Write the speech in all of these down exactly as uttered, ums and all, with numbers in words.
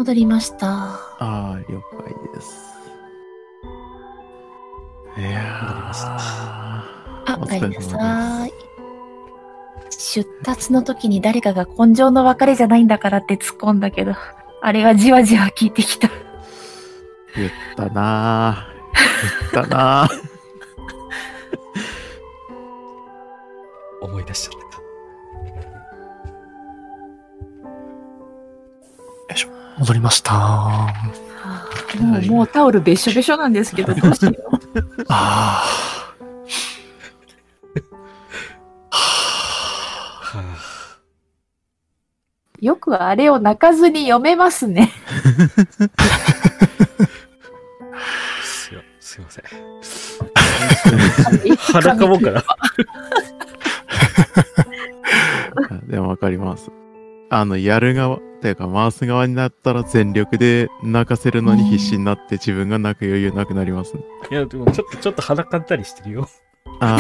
戻りました。 ああ、了解です。いやー、 戻りました。 あ、 おお帰りな疲れ様さい。 です。 出立の時に誰かが根性の別れじゃないんだからって突っ込んだけど、あれがじわじわ効いてきた。 言ったなー。言ったなー。 思い出しちゃったか。 よいしょ、戻りました。あもう、もうタオルべしょべしょなんですけど、どうしよう。 あ。 はあ、 よくあれを泣かずに読めますね。 すいますいません。裸もんかな。 でもわかります。あの、やる側、ていうか回す側になったら全力で泣かせるのに必死になって自分が泣く余裕なくなりますね。 いや、でもちょっと、ちょっと裸ったりしてるよ。 あ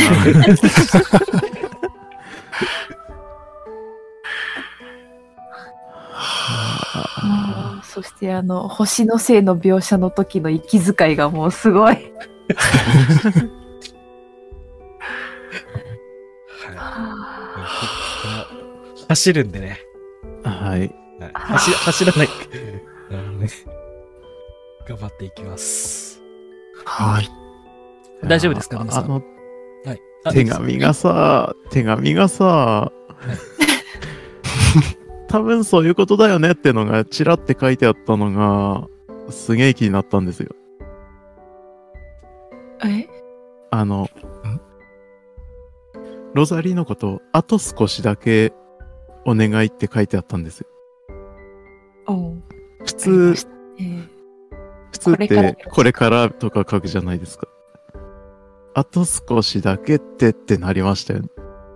あーそしてあの、星のせいの描写の時の息遣いがもうすごい。 はい。走るんでね。 あ、はい。 はい走走らない。あのね、頑張っていきます。 はい。 大丈夫ですか皆さん。 あの、 はい。あ手紙がさ、手紙がさ、多分そういうことだよねってのがちらって書いてあったのが、すげえ気になったんですよ。 えあの、ロザリーのことをあと少しだけお願いって書いてあったんですよ。 お普通、 えー普通っこれからてこれからとか書くじゃないですか。あと少しだけってってなりましたよね。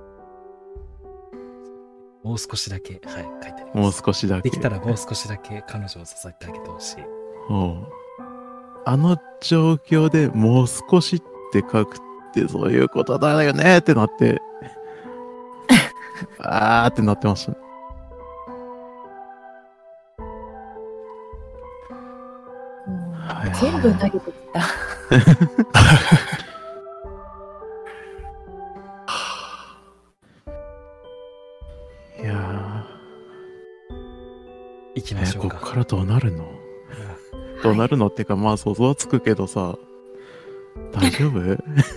もう少しだけ、はい、書いてあります。 もう少しだけ。 できたらもう少しだけ彼女を支えてあげてほしい。 おうあの状況でもう少しって書くってそういうことだよねってなって、あーってなってましたね。 もうはい全部投げてきた。 いや行きー、 ましょうか。 えこっからどうなるのうんどうなるのっていうか、まあ想像はつくけどさ、大丈夫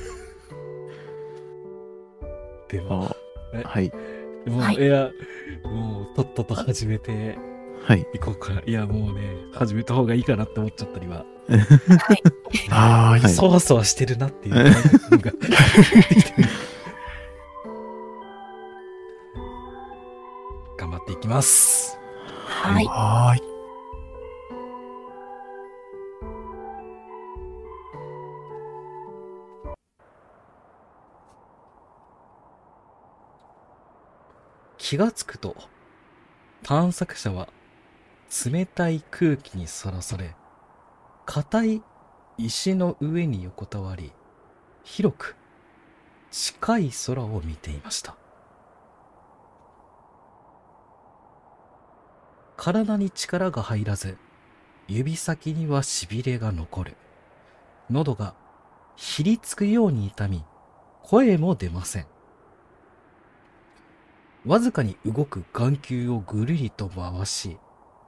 でも、 あえはい。 もう、 はいいや、もう、とっとと始めてはい。 いこうか。いや、もうね、始めた方がいいかなって思っちゃったりは、 はーい。 はいそわそわしてるなっていうのが出てきてる。頑張っていきます。 はい。 はーい。 気がつくと、探索者は冷たい空気にさらされ、硬い石の上に横たわり、広く近い空を見ていました。体に力が入らず、指先にはしびれが残る。喉がひりつくように痛み、声も出ません。わずかに動く眼球をぐるりと回し、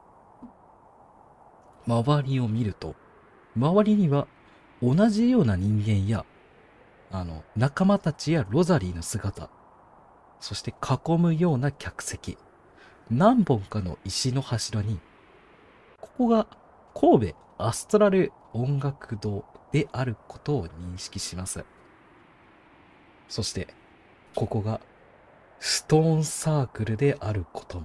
周りを見ると、周りには同じような人間や、あの、仲間たちやロザリーの姿、そして囲むような客席、何本かの石の柱に、ここが神戸アストラル音楽堂であることを認識します。そして、ここがストーンサークルであることも。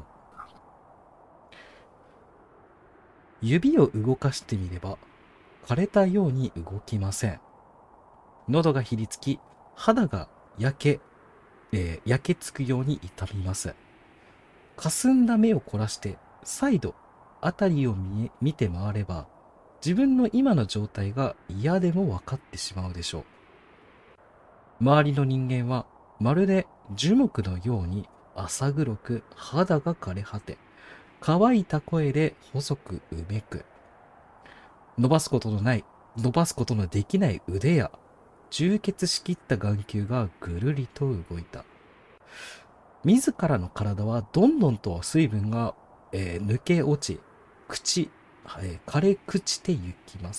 指を動かしてみれば、枯れたように動きません。喉がひりつき、肌が焼け、えー焼けつくように痛みます。霞んだ目を凝らして、再度、辺りを見え見て回れば、自分の今の状態が嫌でも分かってしまうでしょう。周りの人間は、まるで樹木のように浅黒く肌が枯れ果て、 乾いた声で細くうめく。伸ばすことのない、伸ばすことのできない腕や、充血しきった眼球がぐるりと動いた。自らの体はどんどんと水分が、えー抜け落ち、口、えー枯れ朽ちてゆきます。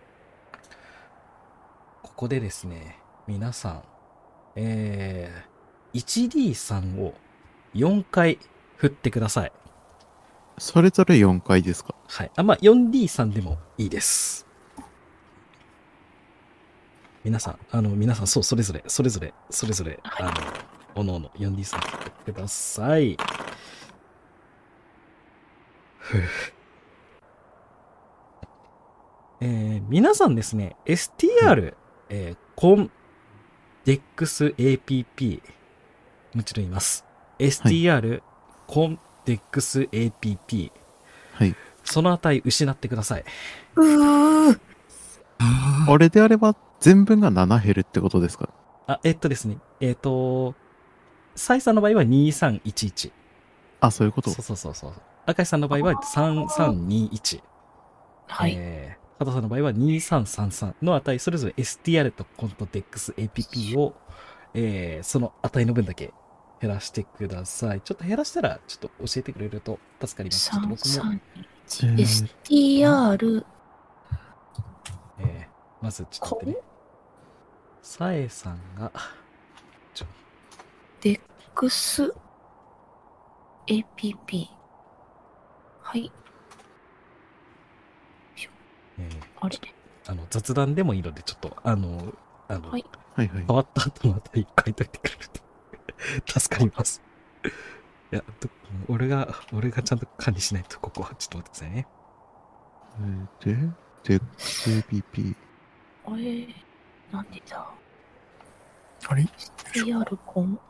ここでですね、皆さん、えー いちディーさん をよんかい振ってください。 それぞれよんかいですか？ はい。あ、まあ、よんディーさん でもいいです。皆さん、あの、皆さん、そう、それぞれ、それぞれ、それぞれ、 はいあの、おのおの よんディーさん 振ってください。ふう。えー皆さんですね、エスティーアール、えーコン、デックス エーピーピー、もちろんいます。エスティーアール、コン、デックス エーピーピー、 はい。 その値失ってください。 うー。 あれであれば全部がなな減るってことですか？ あ、えっとですね、えっと、サイさんの場合はにさんいちいち。 あ、そういうこと。 そうそうそうそう。赤石さんの場合はさんさんにいち。 はい。 えー、加藤さんの場合はにさんさんさんの値、それぞれ エスティーアール とコント デックス エーピーピー を、えー、その値の分だけ減らしてください。ちょっと減らしたら、ちょっと教えてくれると助かります。ちょっと僕も、 さんさんにいち。 えーエスティーアール、 えー、まずちょっと待ってね。さえさんが、ちょ、 デックス、エーピーピー。はい。 えー、 あれあの、雑談でもいいので、ちょっと、あの、あの、 はい。 はいはい。 変わった後の値書いといてくれると助かります。いや、ど俺が、俺がちゃんと管理しないと、ここはちょっと待ってくださいね。 えーで、デックス エーピーピー。 あれなんでだあれエスティーアール コン。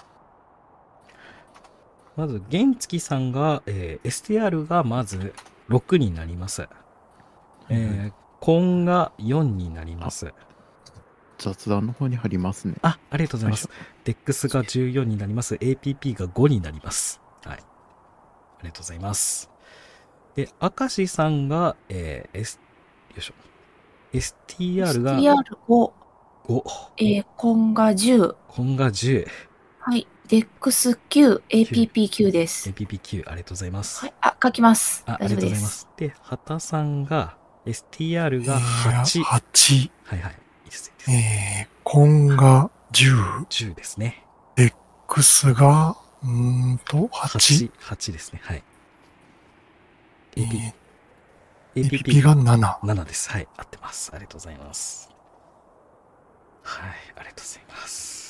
まず、原月さんが、えー、エスティーアール がまずろくになります。えー、コンがよんになります。 雑談の方に貼りますね。 あ、ありがとうございます。 よデックス がじゅうよんになります。エーピーピー がごになります。はい。ありがとうございます。で、明石さんが、えー、S、よいしょ。エスティーアール がエスティーアールご、 ご、 えー、コンがじゅう。 コンがじゅう、 はい。デックスきゅう、エーピーピーきゅう です。 エーピーピーきゅう、ありがとうございます。 はい。あ、書きます。 あ、あ大丈夫でりがとうございます。 す。 で、畑さんが、エスティーアール がえーはち。 はち。 はいはい。いいです、いいです。 えー、コンがじゅう。 じゅうですね。 デックスが、うーんと、はち。 はち、はちですね。はい。 えエーピー、 ー、 エーピーエーピーピー がなな。 ななです。はい。合ってます。ありがとうございます。はい。ありがとうございます。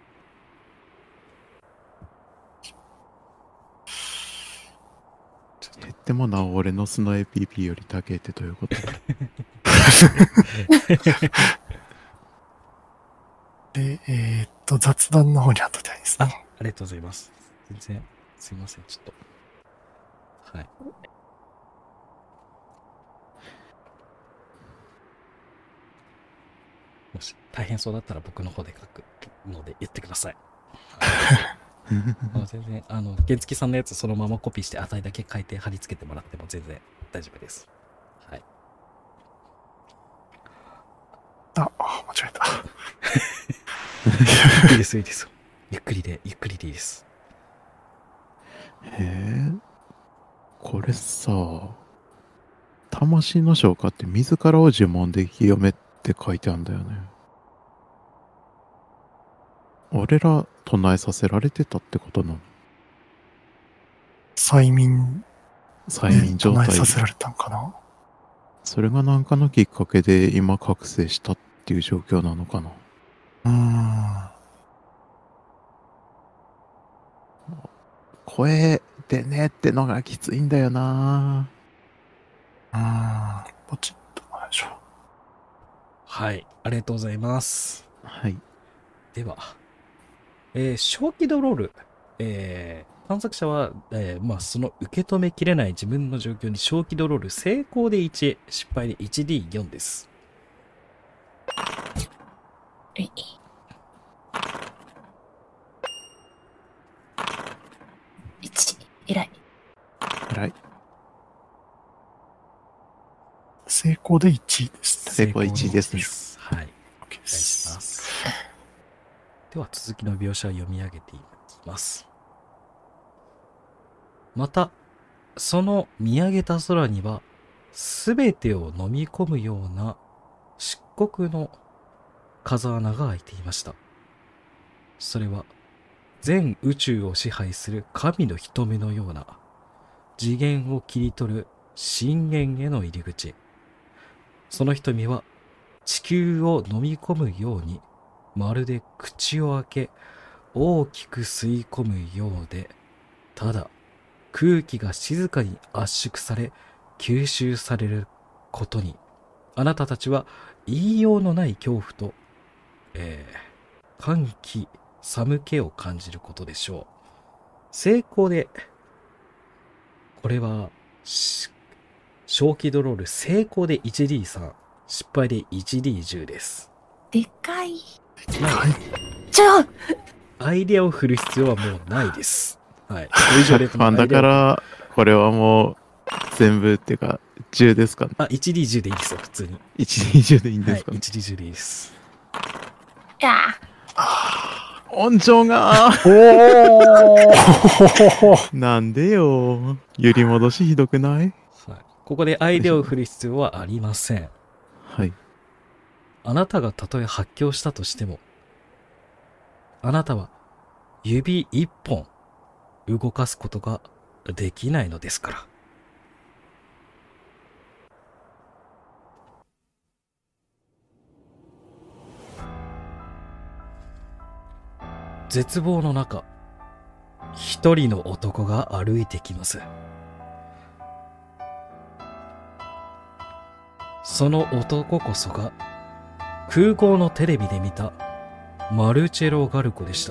ちょっと減ってもなお俺の素の エーピーピー より高いってどういうこと？ で、えーっと、雑談の方に後でいいですあ、 ね。 ありがとうございます。全然、すいません。ちょっと。はい。もし大変そうだったら僕の方で書くので言ってください。あの全然、あの、原付さんのやつそのままコピーして値だけ書いて貼り付けてもらっても全然大丈夫です。はい。 あ、あ間違えた。 いいです、いいです。ゆっくりで、ゆっくりでいいです。 へえ。これさ、魂の消化って自らを呪文で清めって書いてあるんだよね。俺ら唱えさせられてたってことなの？ 催眠催眠状態唱えさせられたんかな。 それが何かのきっかけで今覚醒したっていう状況なのかな。 うーん。 声でねってのがきついんだよな。 うーん。ポチッとよいしょ。 はい。ありがとうございます。 はい。 では、えー、小気ドロール。えー、探索者は、えー、まあ、その受け止めきれない自分の状況に小気ドロール成功でいち、失敗で いちディーよん です。 えい。いち、偉い。 は暗い。 成功でいちいですね。 成功いちいですね。 はい。 OK でお願いしす。 ますでは続きの描写を読み上げていきます。またその見上げた空にはすべてを飲み込むような漆黒の風穴が開いていました。それは全宇宙を支配する神の瞳のような次元を切り取る深淵への入り口。その瞳は地球を飲み込むようにまるで口を開け大きく吸い込むようで、ただ空気が静かに圧縮され吸収されることにあなたたちは言いようのない恐怖と、えー、寒気寒気を感じることでしょう。成功でこれは小気ドロール成功で いちディースリー、失敗で いちディーじゅう です。 でかい。 はい。 ちょアイデアを振る必要はもうないです。はい。これ以上でファンだから、これはもう全部っていうか、じゅうですかね。 あ、いちディーじゅうでいいですよ、普通に。 いちディーじゅうでいいんですかね。 はい、いちディーじゅうでいいです。 いや音情がおーなんでよ。揺り戻しひどくない？ はい。ここでアイデアを振る必要はありません。 はい。 あなたがたとえ発狂したとしても、あなたは指一本動かすことができないのですから。絶望の中、一人の男が歩いてきます。その男こそが空港のテレビで見たマルチェロ・ガルコでした。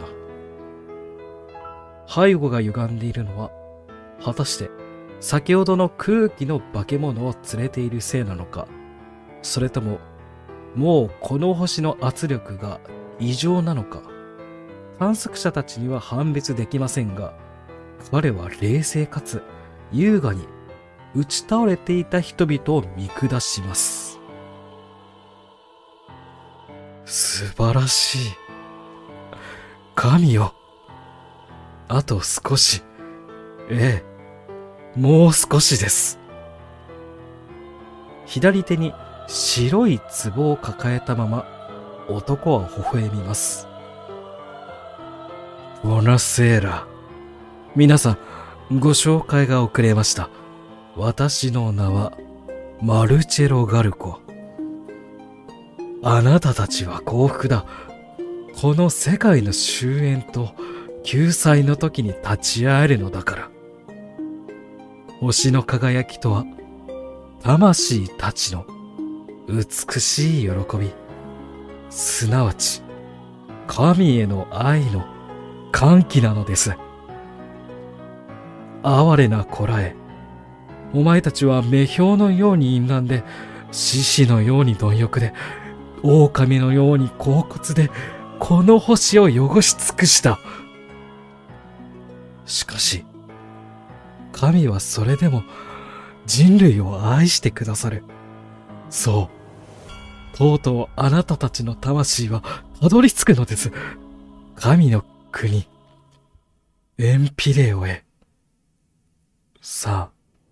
背後が歪んでいるのは果たして先ほどの空気の化け物を連れているせいなのか、それとももうこの星の圧力が異常なのか、探索者たちには判別できませんが、彼は冷静かつ優雅に打ち倒れていた人々を見下します。素晴らしい。神よ。あと少し。ええ、もう少しです。左手に白い壺を抱えたまま、男は微笑みます。ボナセーラ。皆さん、ご紹介が遅れました。私の名は、マルチェロ・ガルコ。あなたたちは幸福だ。この世界の終焉と救済の時に立ち会えるのだから。星の輝きとは、魂たちの美しい喜び、すなわち、神への愛の歓喜なのです。哀れな子らへ、お前たちは女豹のように淫乱で、獅子のように貪欲で、狼のように狡猾で、この星を汚し尽くした。しかし、神はそれでも人類を愛してくださる。そう。とうとうあなたたちの魂はたどり着くのです。神の国、エンピレオへ。さ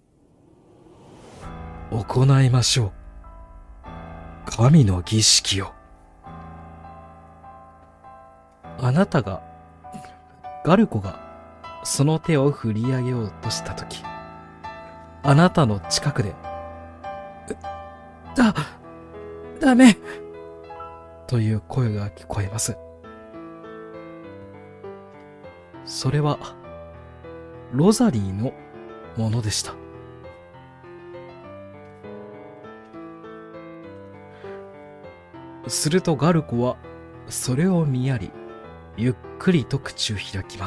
あ、行いましょう。神の儀式を。あなたが、ガルコがその手を振り上げようとしたとき、あなたの近くで、だ、ダメという声が聞こえます。それは、ロザリーのものでした。するとガルコはそれを見やり、ゆっくりと口を開きます。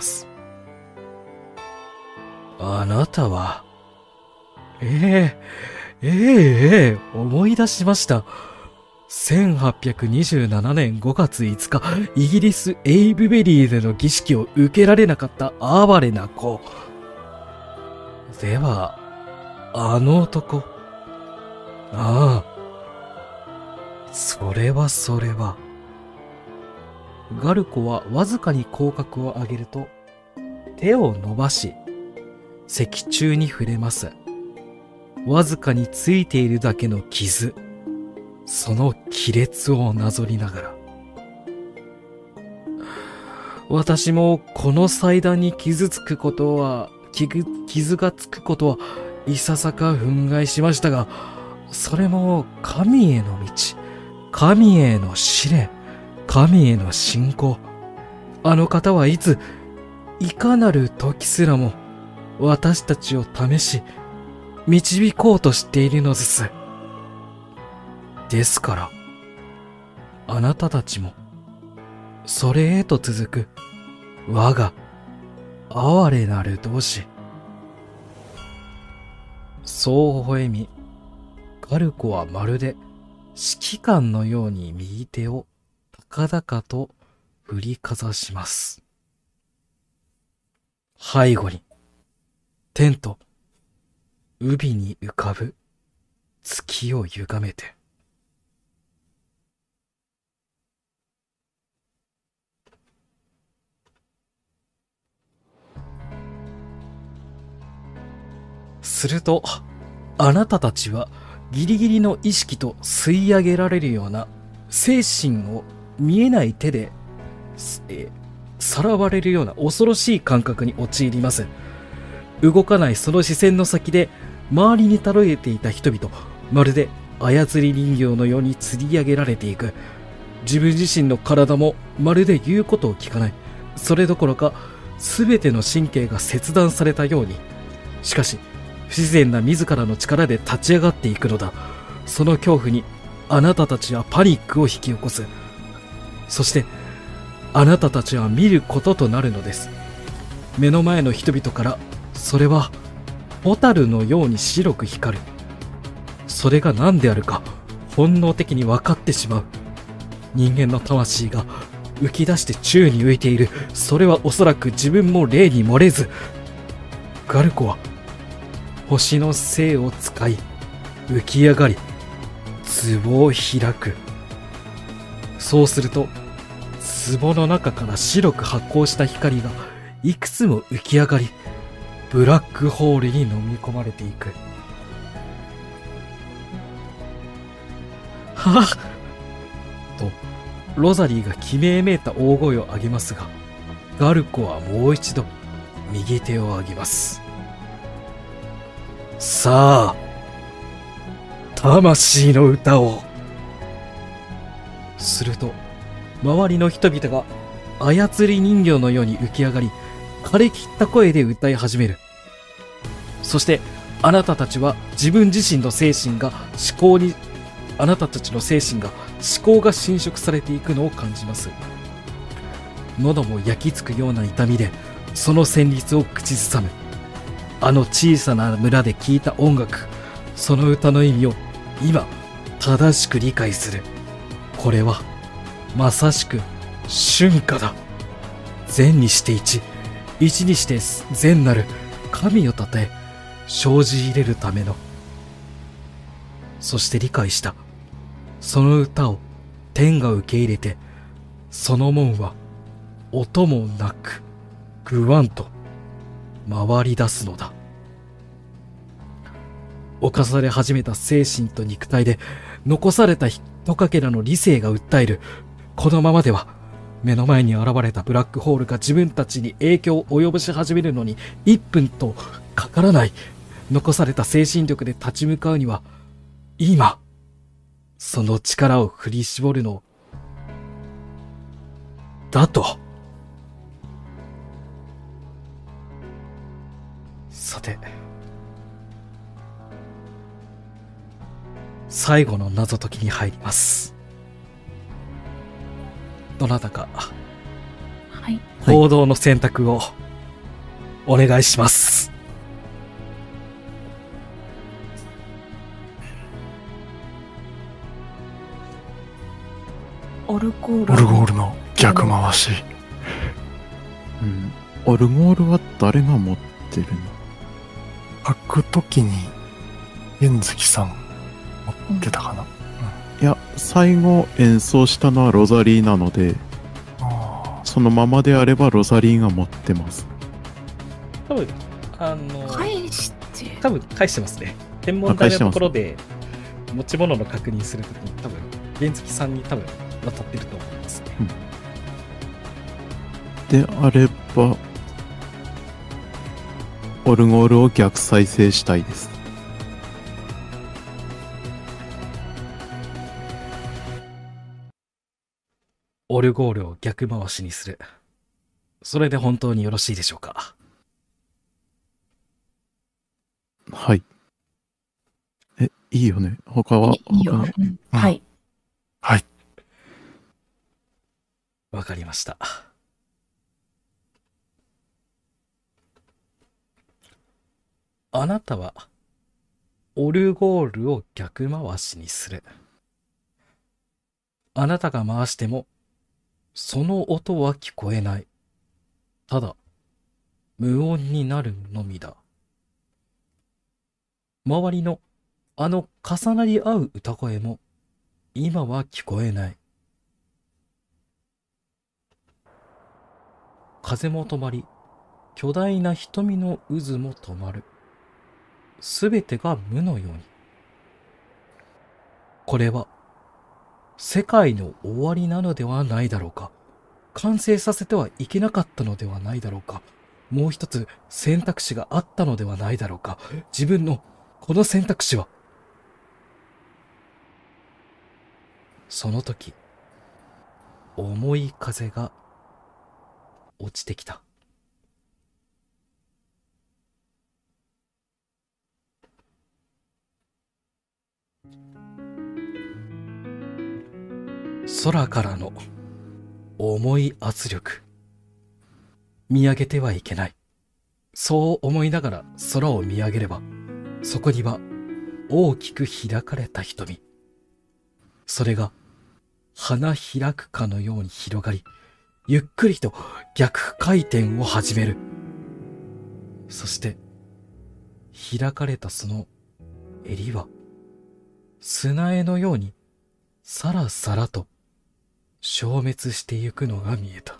あなたは、ええ、ええ、ええ、思い出しました。せんはっぴゃくにじゅうななねんごがついつか、イギリスエイブベリーでの儀式を受けられなかった哀れな子。 では、あの男。ああ。それはそれは。ガルコはわずかに口角を上げると、手を伸ばし、石柱に触れます。わずかについているだけの傷、その亀裂をなぞりながら。私もこの祭壇に傷つくことは、傷傷がつくことはいささか憤慨しましたが、それも神への道、神への試練、神への信仰。あの方はいつ、いかなる時すらも私たちを試し、導こうとしているのです。ですから、あなたたちも、それへと続く、我が、哀れなる同志。そう微笑み、ガルコはまるで指揮官のように右手を高々と振りかざします。背後に、天と海に浮かぶ月を歪めて。すると、あなたたちはギリギリの意識と吸い上げられるような精神を見えない手で、えー、さらわれるような恐ろしい感覚に陥ります。動かないその視線の先で周りにたろえていた人々、まるで操り人形のように吊り上げられていく。自分自身の体もまるで言うことを聞かない。それどころか全ての神経が切断されたように。しかし不自然な自らの力で立ち上がっていくのだ。その恐怖にあなたたちはパニックを引き起こす。そしてあなたたちは見ることとなるのです。目の前の人々からそれはホタルのように白く光る。それが何であるか本能的に分かってしまう。人間の魂が浮き出して宙に浮いている。それはおそらく自分も例に漏れず、ガルコは星の精を使い浮き上がり壺を開く。そうすると壺の中から白く発光した光がいくつも浮き上がり、ブラックホールに飲み込まれていく。はぁとロザリーが悲鳴めいた大声を上げますが、ガルコはもう一度右手を上げます。さあ、魂の歌を。すると周りの人々が操り人形のように浮き上がり、枯れ切った声で歌い始める。そしてあなたたちは自分自身の精神が思考にあなたたちの精神が思考が侵食されていくのを感じます。喉も焼き付くような痛みでその旋律を口ずさむ。あの小さな村で聴いた音楽、その歌の意味を今正しく理解する。これはまさしく春夏だ。善にして一、一にして善なる神をたたえ生じ入れるための。そして理解した。その歌を天が受け入れて、その門は音もなくぐわんと回り出すのだ。侵され始めた精神と肉体で残されたひとかけらの理性が訴える。このままでは目の前に現れたブラックホールが自分たちに影響を及ぼし始めるのにいっぷんとかからない。残された精神力で立ち向かうには今その力を振り絞るのだと。さて、最後の謎解きに入ります。どなたかはい。 行動の選択をお願いします。 オルゴール。 オルゴールの逆回し。 うん。オルゴールは誰が持ってるの？ 書くときに、玄月さん持ってたかな。うん、 いや、最後演奏したのはロザリーなので、 あそのままであればロザリーが持ってます。 多分、あの、 返して多分返してますね。天文台のところで持ち物の確認するときに多分、原月さんに多分渡ってると思いますね。 であれば、オルゴールを逆再生したいです。 オルゴールを逆回しにする。それで本当によろしいでしょうか。 はい。え、いいよね。他は、 いいいよ、 他のうんはい。 はい。 わかりました。あなたは、オルゴールを逆回しにする。あなたが回しても、その音は聞こえない。ただ、無音になるのみだ。周りのあの重なり合う歌声も、今は聞こえない。風も止まり、巨大な瞳の渦も止まる。すべてが無のように。これは、世界の終わりなのではないだろうか。完成させてはいけなかったのではないだろうか。もう一つ選択肢があったのではないだろうか。自分のこの選択肢は。その時、重い風が落ちてきた。空からの重い圧力。見上げてはいけない。そう思いながら空を見上げれば、そこには大きく開かれた瞳。それが花開くかのように広がり、ゆっくりと逆回転を始める。そして、開かれたその襟は、砂絵のようにさらさらと消滅してゆくのが見えた。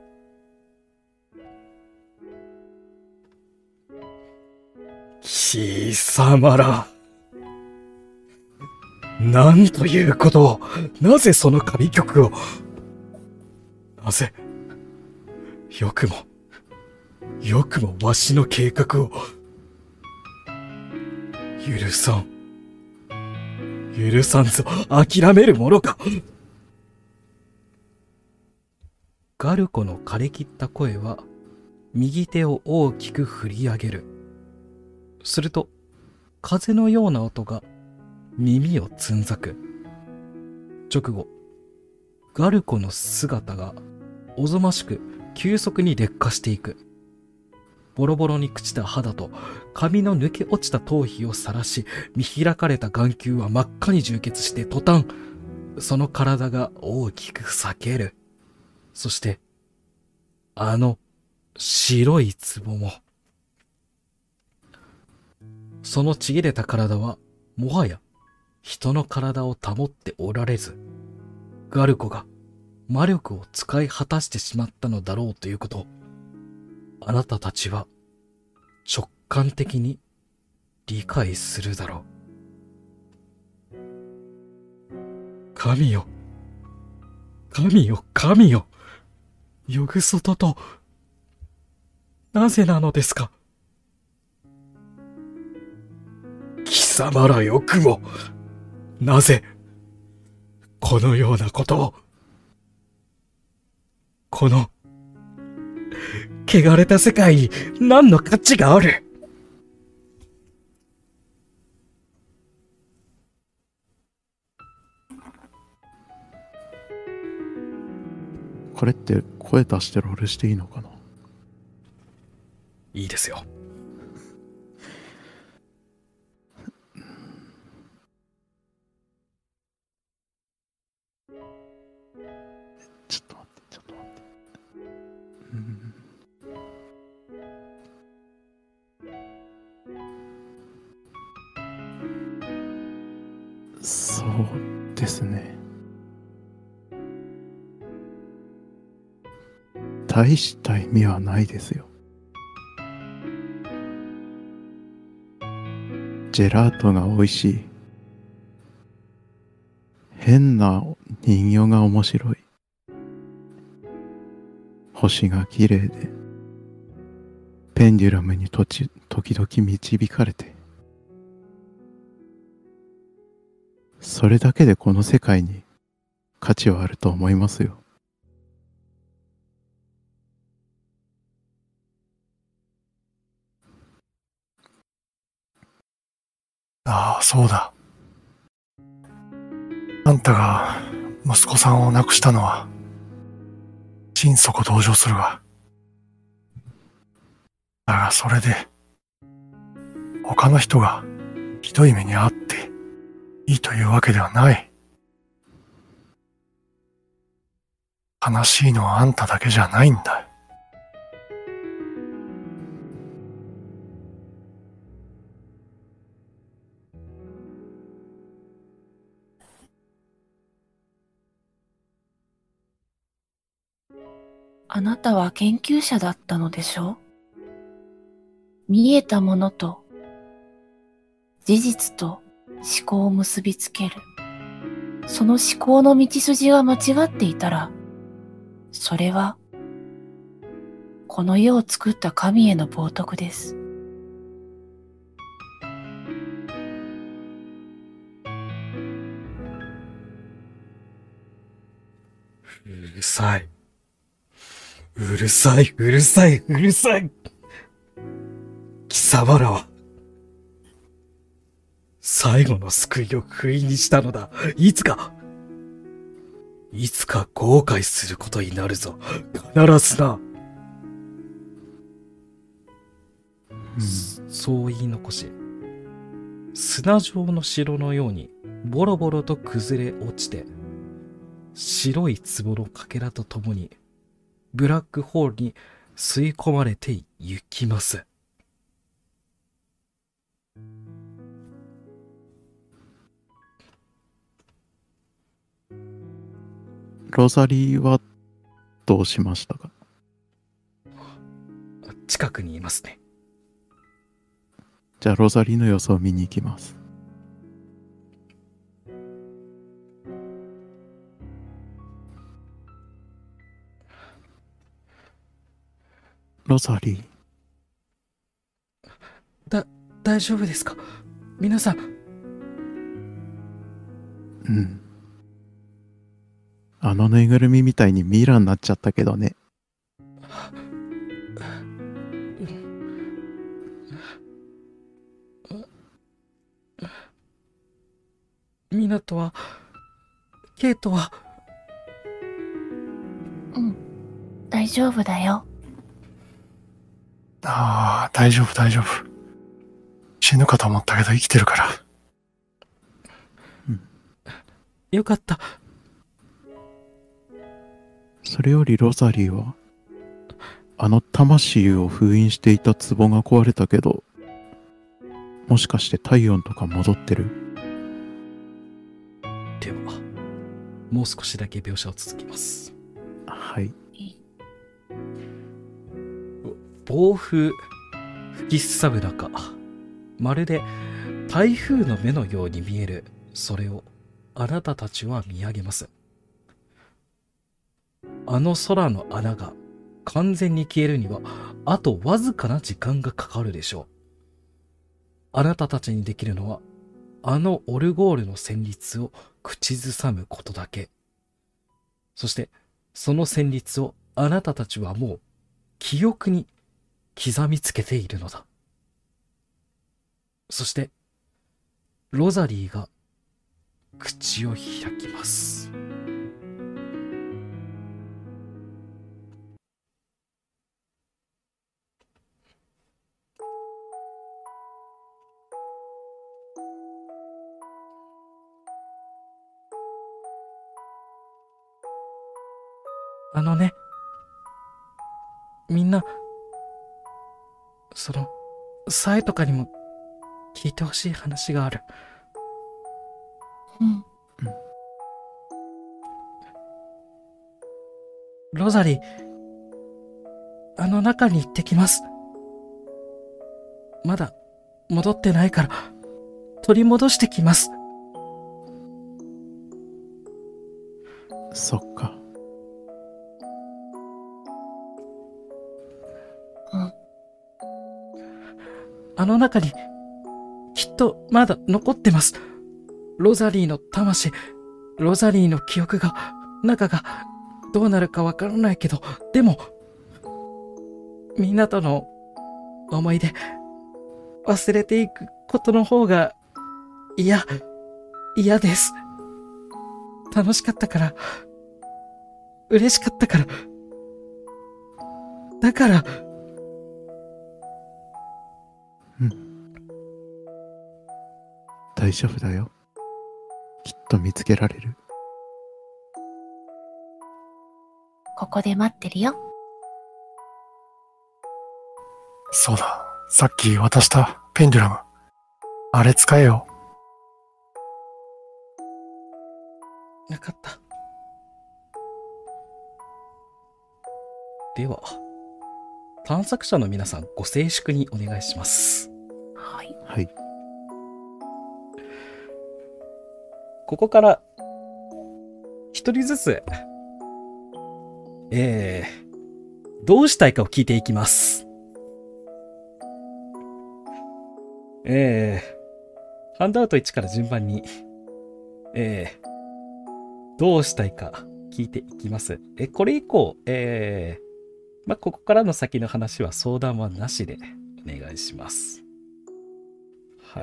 貴様ら。なんということを。なぜその神曲を。なぜ。よくも、よくもわしの計画を。許さん。許さんぞ。諦めるものか。ガルコの枯れ切った声は、右手を大きく振り上げる。すると、風のような音が耳をつんざく。直後、ガルコの姿がおぞましく急速に劣化していく。ボロボロに朽ちた肌と髪の抜け落ちた頭皮を晒し、見開かれた眼球は真っ赤に充血して途端、その体が大きく裂ける。そして、あの白い壺も。そのちぎれた体は、もはや人の体を保っておられず、ガルコが魔力を使い果たしてしまったのだろうということを、あなたたちは直感的に理解するだろう。神よ、神よ、神よ、ヨグソトと、なぜなのですか。貴様らよくも、なぜ、このようなことを、この、汚れた世界に何の価値がある。 これって声出してロールしていいのかな。 いいですよ。 ちょっと待って、ちょっと待って。うん。 そうですね。大した意味はないですよ。ジェラートが美味しい。変な人形が面白い。星が綺麗で、ペンデュラムにとち時々導かれて、それだけでこの世界に価値はあると思いますよ。 ああ、そうだ。あんたが息子さんを亡くしたのは、心底同情するが。だがそれで、他の人がひどい目に遭っていいというわけではない。悲しいのはあんただけじゃないんだ。 あなたは研究者だったのでしょう？見えたものと事実と思考を結びつける。その思考の道筋が間違っていたら、それはこの世を作った神への冒涜です。 うるさい。うるさい、うるさい、うるさい。貴様らは、最後の救いを封印にしたのだ。いつか、いつか後悔することになるぞ。必ずな。 うん、 そう言い残し、砂状の城のようにボロボロと崩れ落ちて、白い壺のかけらとともにブラックホールに吸い込まれてゆきます。 ロザリーはどうしましたか？ 近くにいますね。 じゃあロザリーの様子を見に行きます。ロザリー。 だ、大丈夫ですか？皆さん。 うん。あのぬいぐるみみたいにミイラになっちゃったけどね。 ミナとは、ケイトは。 うん、大丈夫だよ。 ああ、大丈夫大丈夫。死ぬかと思ったけど生きてるから。 うん、よかった。 それよりロザリーは、あの魂を封印していた壺が壊れたけど、もしかして体温とか戻ってる？ では、もう少しだけ描写を続きます。 はい。 暴風吹きすさぶ中、まるで台風の目のように見えるそれをあなたたちは見上げます。あの空の穴が完全に消えるにはあとわずかな時間がかかるでしょう。あなたたちにできるのはあのオルゴールの旋律を口ずさむことだけ。そしてその旋律をあなたたちはもう記憶に刻みつけているのだ。そしてロザリーが口を開きます。あのね、みんな、その、サエとかにも聞いてほしい話がある。 うん。 ロザリー、あの中に行ってきます。まだ戻ってないから、取り戻してきます。 そっか。 うん。 あの中に、きっとまだ残ってます。ロザリーの魂、ロザリーの記憶が、中がどうなるかわからないけど、でも、みんなとの思い出、忘れていくことの方が、嫌、嫌です。楽しかったから、嬉しかったから、だから、 うん。大丈夫だよ。きっと見つけられる。 ここで待ってるよ。 そうだ。さっき渡したペンデュラム。あれ使えよ。 なかった。では、探索者の皆さん、ご静粛にお願いします。 はい。 はい。 ここから、一人ずつ、えー、どうしたいかを聞いていきます。えー、ハンドアウトいちから順番に、えー、どうしたいか聞いていきます。え、これ以降、えー、まあ、ここからの先の話は相談はなしでお願いします。はい。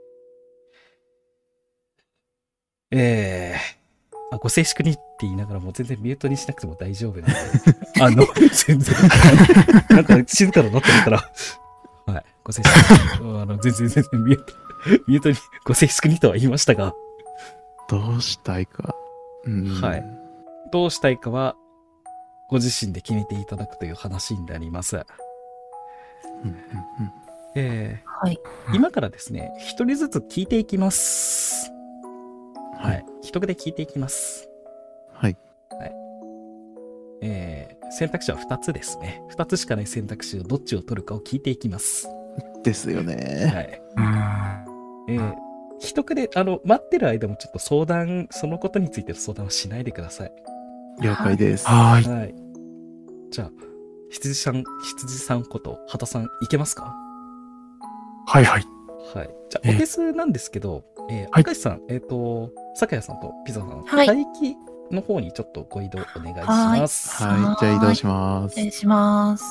えー、あ、ご静粛にって言いながらもう全然ミュートにしなくても大丈夫なので、あの、全然、なんか静かだなって思ったら、はい、ご静粛に、あの、全然全然ミュート、ミュートにご静粛にとは言いましたが、 どうしたいか。うん。 はい。どうしたいかは、ご自身で決めていただくという話になります。 うんうんうん。 えはい。 ー、今からですね、一人ずつ聞いていきます。はい。一口で聞いていきます。 はい。 えー、選択肢は二つですね。二つしかない選択肢をどっちを取るかを聞いていきます。 ですよね。 はい。 うーん。 えー、一口で、あの、待ってる間もちょっと相談、そのことについての相談はしないでください。 了解です。 はーい。 はい。じゃあ、羊さん、羊さんこと、畑さん、いけますか？ はいはい。 はい。じゃあ、 えーお手数なんですけど、えー、 はい明石さん、えっ、と、酒谷さんとピザさん、 はい待機の方にちょっとご移動お願いします。 はい。じゃあ移動します失。礼します。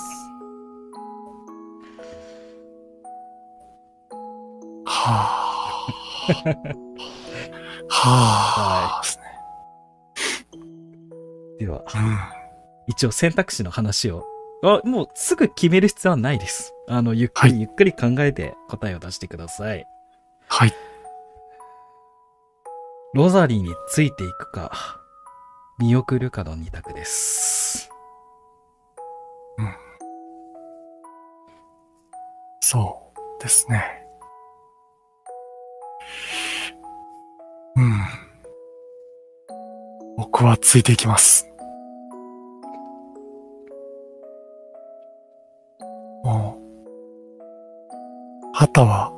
はぁ。はぁ。ですね。 では、 うん。 一応選択肢の話を、あ、もうすぐ決める必要はないです。あの、ゆっくりはいゆっくり考えて答えを出してください。 はい。 ロザリーについていくか、見送るかの二択です。 そうですね。うん。僕はついていきます。もう、旗は、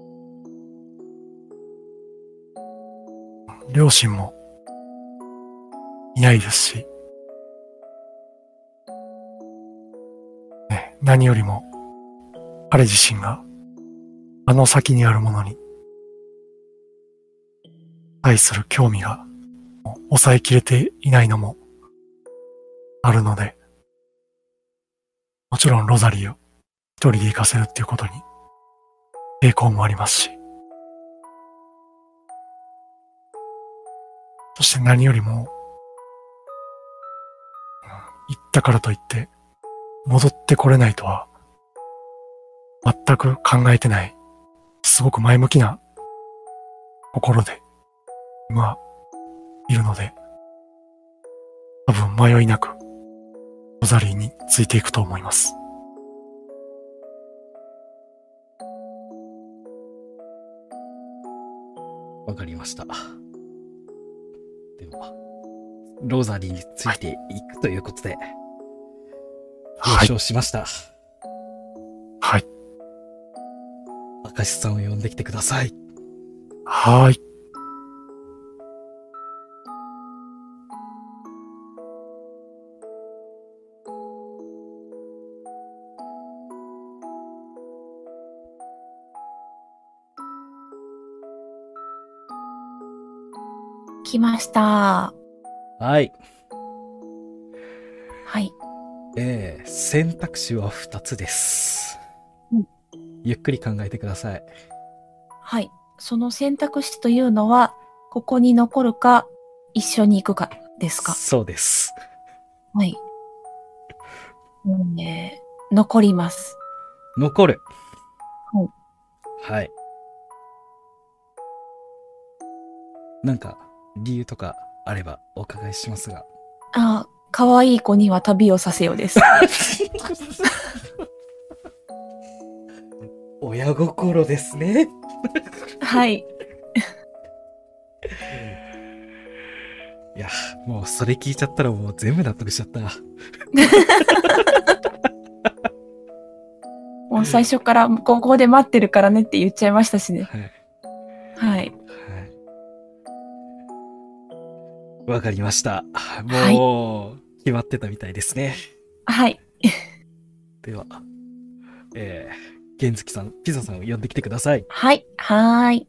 両親もいないですし、ね、何よりも彼自身があの先にあるものに対する興味が抑えきれていないのもあるので、もちろんロザリーを一人で行かせるっていうことに抵抗もありますし、そして何よりも、行ったからといって戻ってこれないとは全く考えてない、すごく前向きな心で今いるので、多分迷いなくロザリーについていくと思います。 わかりました。 ロザリーについていくということで、 はい。 了承しました。 はい。 明石さんを呼んできてください。 はーい。 来ました。 はい。 はい。 えー、選択肢はふたつです。 うんゆっくり考えてください。 はい。その選択肢というのは、ここに残るか、一緒に行くかですか？ そうです。 はい。うんえー残ります。 残る。 はい。 はい。なんか、理由とかあればお伺いしますが。 あ、可愛い子には旅をさせようです。 親心ですね。 はい。 いや、もうそれ聞いちゃったらもう全部納得しちゃった。 もう最初からここで待ってるからねって言っちゃいましたしね。 はい。 はい。 はい。わかりました。 はいもう、決まってたみたいですね。 はい。 では、えー、玄月さん、ピザさんを呼んできてください。 はい。はーい。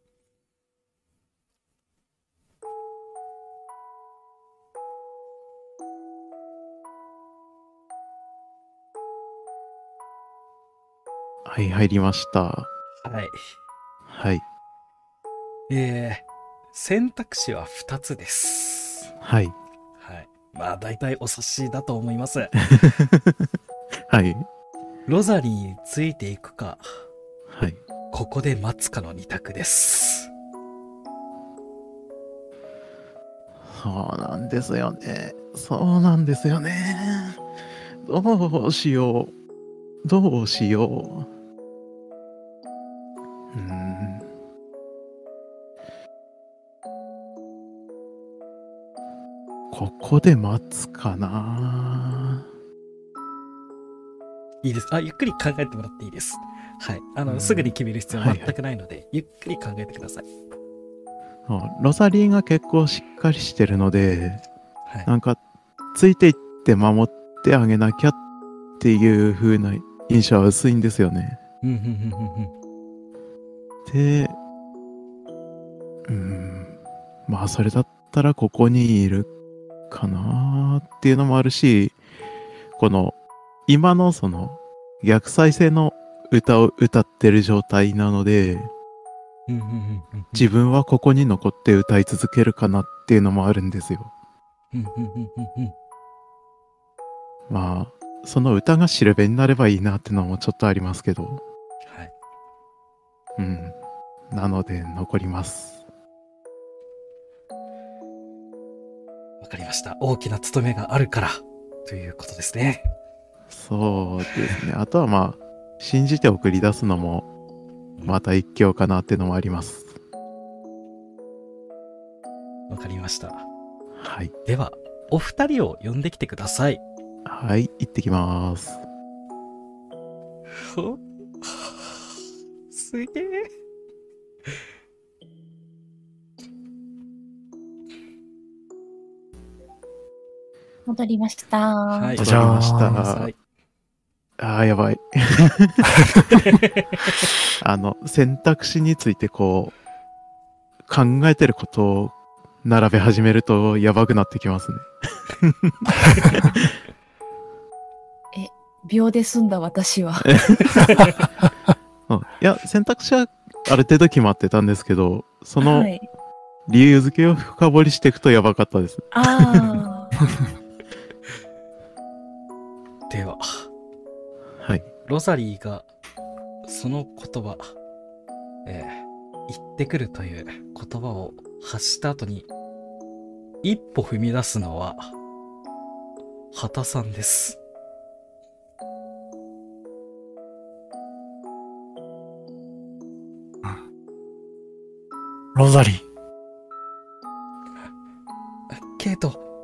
はい、入りました。 はい。 はい。 えー、選択肢はふたつです。 はい。 はい。まあ、大体お察しだと思います。 はい。 ロザリーについていくか、 はい。 ここで待つかのに択です。 そうなんですよね。そうなんですよね。どうしよう。どうしよう。うーん。ここで待つかな。 いいです。あ、ゆっくり考えてもらっていいです。はい。あの、 うんすぐに決める必要はいはい全くないので、ゆっくり考えてください。 そうロザリーが結構しっかりしてるので、 はい。 なんか、ついていって守ってあげなきゃっていう風な印象は薄いんですよね。 うん、うん、うん、うん、うん。 で、うーん、まあそれだったらここにいるかなっていうのもあるし、この今のその逆再生の歌を歌ってる状態なので、 うん、うん、うん、うん。 自分はここに残って歌い続けるかなっていうのもあるんですよ。 うん、うん、うん、うん、うん。 まあ、その歌がしるべになればいいなってのもちょっとありますけど、 はい。 うん。なので残ります。 わかりました。大きな務めがあるから、ということですね。 そうですね。あとはまあ、信じて送り出すのも、また一興かなっていうのもあります。 わかりました。 はい。 では、お二人を呼んできてください。 はい、行ってきます。 ほすげえ。 戻りました。 はい。 戻じゃありました。 はい。 ああ、やばい。あの、選択肢についてこう、考えてることを並べ始めるとやばくなってきますね。 秒で済んだ私は。 うんいや、選択肢はある程度決まってたんですけど、そのはい。 理由付けを深掘りしていくとやばかったです。 ああ。 では、 はい。 ロザリーが、その言葉、えー、言ってくるという言葉を発した後に、一歩踏み出すのは、畑さんです。 ロザリー、 ケイト、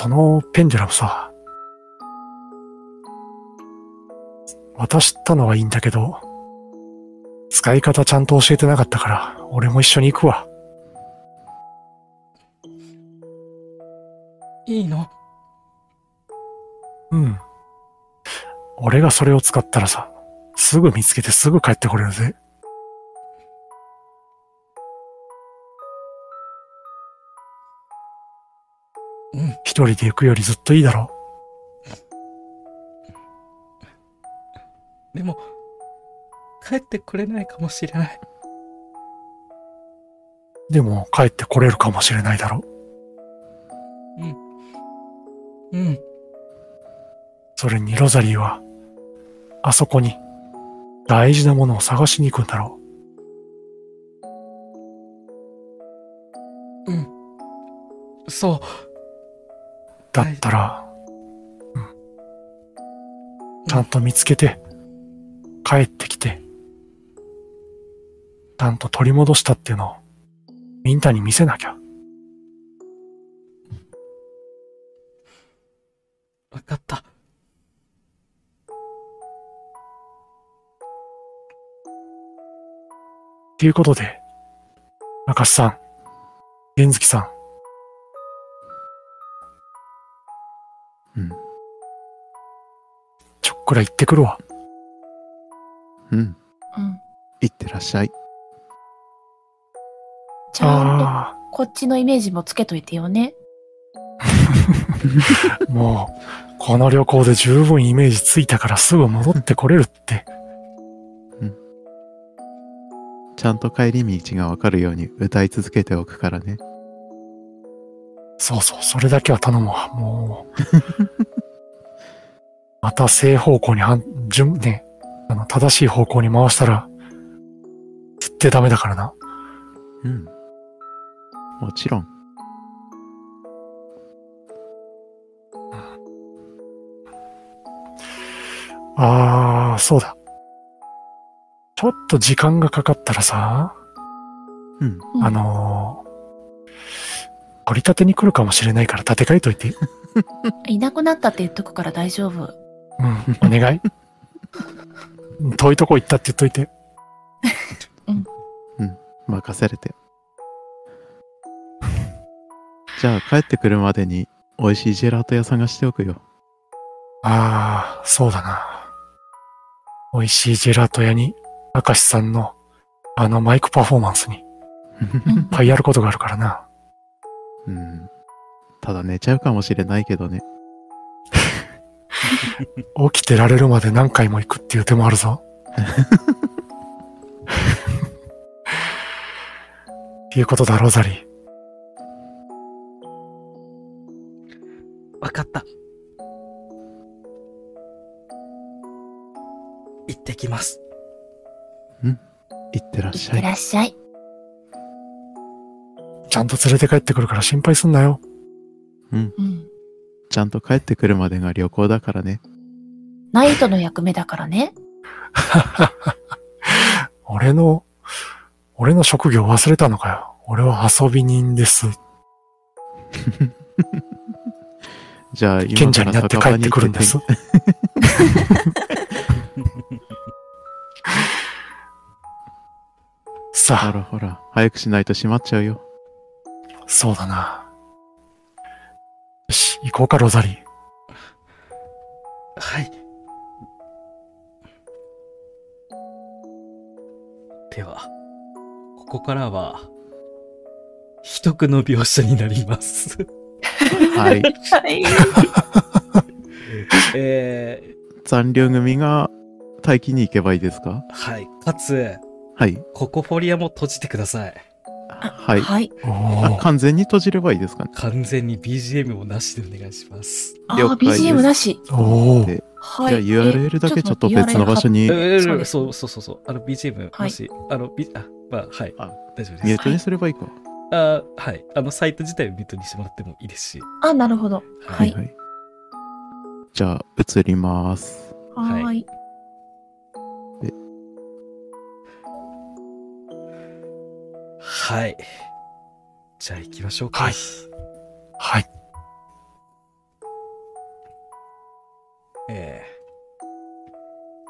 そのペンデュラムさ、渡したのはいいんだけど、使い方ちゃんと教えてなかったから、俺も一緒に行くわ。 いいの？ うん。俺がそれを使ったらさ、すぐ見つけてすぐ帰ってこれるぜ。 うん。 一人で行くよりずっといいだろでも、帰ってくれないかもしれない。 う。でも帰ってこれるかもしれないだろう。 うん。うん。 それにロザリーは、あそこに大事なものを探しに行くんだろうん。そう。 う。だったら、うん。ちゃんと見つけて、帰ってきて、ちゃんと取り戻したっていうのを、みんなに見せなきゃ。 わかった。 ということで、明石さん、玄月さん、 うん。 ちょっくら行ってくるわ。 うん。 うん。 いってらっしゃい。 ちゃんあとこっちのイメージもつけといてよね。 あ、もう、この旅行で十分イメージついたからすぐ戻ってこれるって。 ちゃんと帰り道がわかるように歌い続けておくからね。 そうそう、それだけは頼むわ。もう。また正方向に反、順、ね、あの、正しい方向に回したら、絶対ダメだからな。 うん。もちろん。 ああ、そうだ。ちょっと時間がかかったらさ、 うん。 うんあのー、取り立てに来るかもしれないから立て替えといて。 いなくなったって言っとくから大丈夫。 うん、お願い。遠いとこ行ったって言っといて。 任せれてよ。じゃあ帰ってくるまでに美味しいジェラート屋探しておくよ。 ああ、そうだな。美味しいジェラート屋に、明石さんの、あのマイクパフォーマンスに、いっぱいやることがあるからな。 うん。ただ寝ちゃうかもしれないけどね。 起きてられるまで何回も行くっていう手もあるぞ。っていうことだ、ロザリー。 わかった。行ってきます。 いってらっいってしゃい。 らっしゃい。 ちゃんと連れて帰ってくるから心配すんなよ。 うん。 うん。 ちゃんと帰ってくるまでが旅行だからね。 ナイトの役目だからね。 俺の、俺の職業忘れたのかよ。俺は遊び人です。 じゃあ今賢者からになって帰ってくるんです。さほあ、 らほら、早くしないと閉まっちゃうよ。 そうだな。よし、行こうか、ロザリー。 はい。では、ここからは、秘匿の描写になります。 はい。 はい。 え残留組が待機に行けばいいですか？ ー、はい。かつ、 はい。 ココフォリアも閉じてください。 はい。 はい。 おあ、 ー完全に閉じればいいですかね？ 完全に ビージーエム もなしでお願いします。 ああ、 了解ですビージーエム なし。 おーではい。 じゃあ ユーアールエル だけちょっと別の場所にえーそうですそうそうそうそう。あの ビージーエム、 はいもし、あの、ビあ、まあ、はい。 あ大丈夫です。 ミュートにすればいいか。 あはい。あの、サイト自体をミュートにしてもらってもいいですし。 あ、なるほど。ははいい。 はい。じゃあ、移ります。 はーい。 はい。じゃあ行きましょうか。 はい。はい。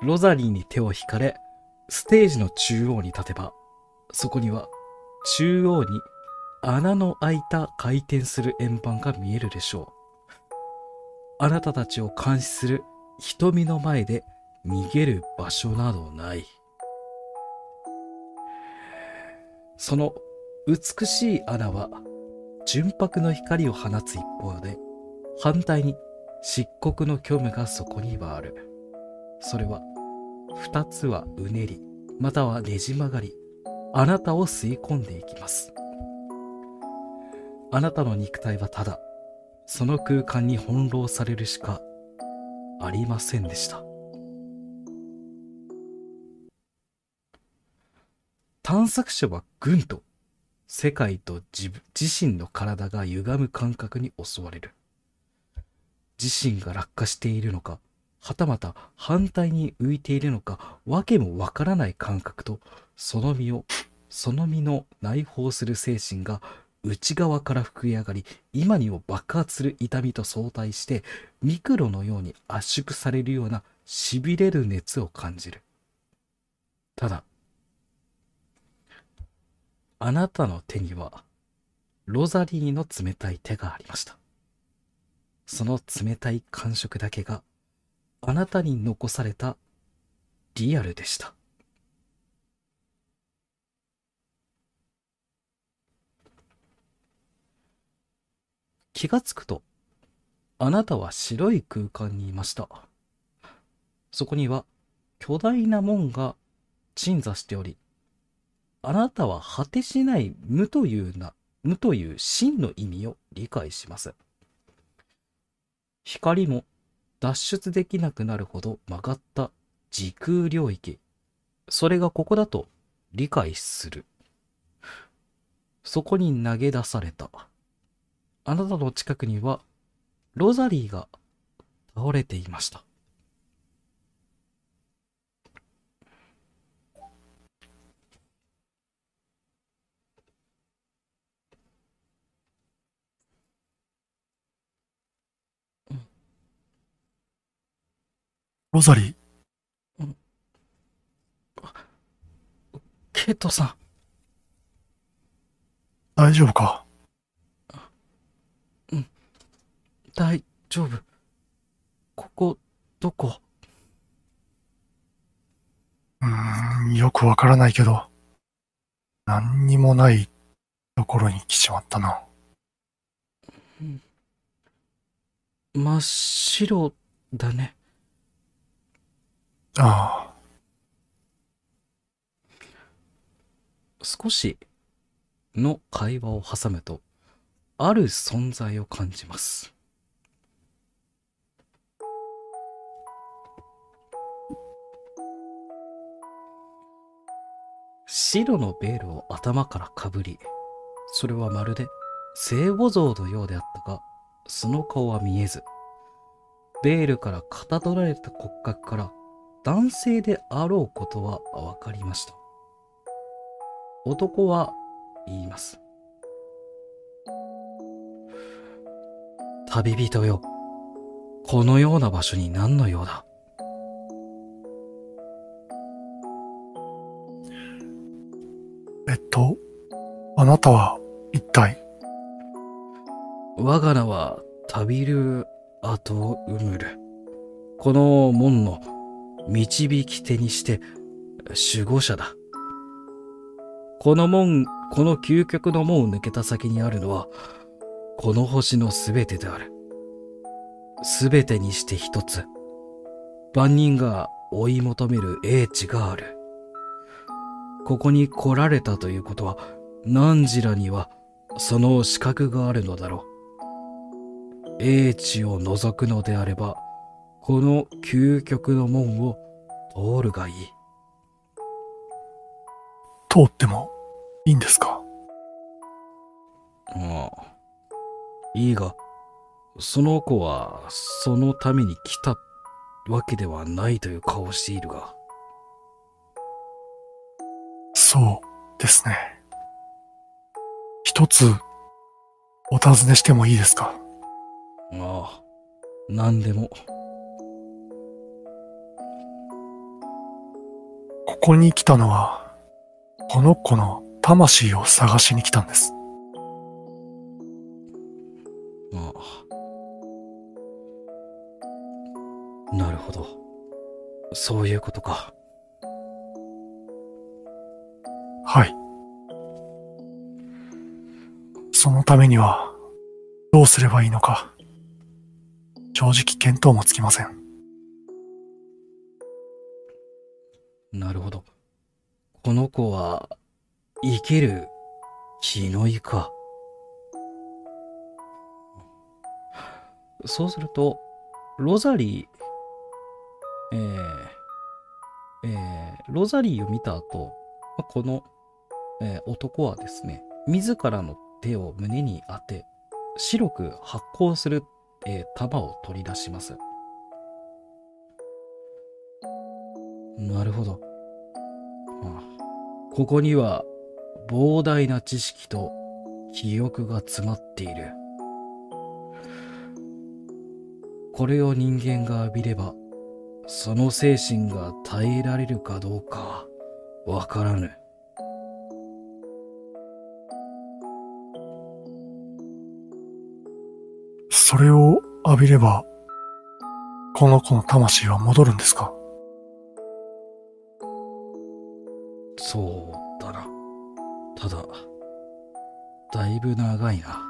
ロザリーに手を引かれ、ステージの中央に立てば、そこには中央に穴の開いた回転する円盤が見えるでしょう。あなたたちを監視する瞳の前で逃げる場所などない。その美しい穴は純白の光を放つ一方で、反対に漆黒の虚無がそこにはある。それは二つはうねり、またはねじ曲がり、あなたを吸い込んでいきます。あなたの肉体はただその空間に翻弄されるしかありませんでした。探索者はぐんと世界と自分自身の体が歪む感覚に襲われる。自身が落下しているのか、はたまた反対に浮いているのか、わけもわからない感覚と、その身をその身の内包する精神が内側から膨れ上がり、今にも爆発する痛みと相対して、ミクロのように圧縮されるような痺れる熱を感じる。ただ、あなたの手にはロザリーの冷たい手がありました。その冷たい感触だけがあなたに残されたリアルでした。気がつくと、あなたは白い空間にいました。そこには巨大な門が鎮座しており、あなたは果てしない無というな、無という真の意味を理解します。光も脱出できなくなるほど曲がった時空領域、それがここだと理解する。そこに投げ出された。あなたの近くにはロザリーが倒れていました。 ロザリー。 ケイトさん。 大丈夫か？ うん。大丈夫。ここ、どこ？ うーん、よくわからないけど、何にもないところに来ちまったな。 うん、真っ白だね。 ああ。 少しの会話を挟むと、ある存在を感じます。白のベールを頭からかぶり、それはまるで聖母像のようであったが、その顔は見えず、ベールからかたどられた骨格から男性であろうことは分かりました。男は言います。旅人よ、このような場所に何の用だ？ えっと、あなたは一体？ 我が名はタビル・アト・ウムル。この門の導き手にして守護者だ。この門、この究極の門を抜けた先にあるのは、この星のすべてである。すべてにして一つ、万人が追い求める英知がある。ここに来られたということは、汝らにはその資格があるのだろう。英知を除くのであれば、この究極の門を通るがいい。 通ってもいいんですか？ ああ、いいが、その子はそのために来たわけではないという顔をしているが。 そうですね。一つお尋ねしてもいいですか？ ああ、何でも。 ここに来たのは、この子の魂を探しに来たんです。 ああ。なるほど。そういうことか。 はい。そのためには、どうすればいいのか、正直見当もつきません。 なるほど。この子は、生ける気のいか。そうすると、ロザリー、えー、えー、ロザリーを見た後、この、えー、男はですね、自らの手を胸に当て、白く発光する、えー、玉を取り出します。なるほど。ああ、ここには膨大な知識と記憶が詰まっている。これを人間が浴びれば、その精神が耐えられるかどうかわからぬ。 それを浴びれば、この子の魂は戻るんですか？ そうだな。ただ、だいぶ長いな。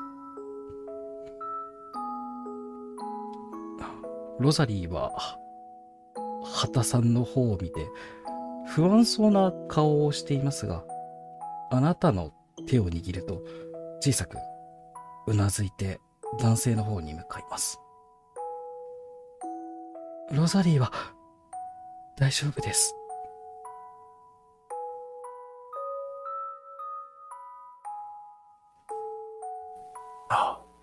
ロザリーは、畑さんの方を見て、不安そうな顔をしていますが、あなたの手を握ると、小さくうなずいて男性の方に向かいます。ロザリーは、大丈夫です。 ああ。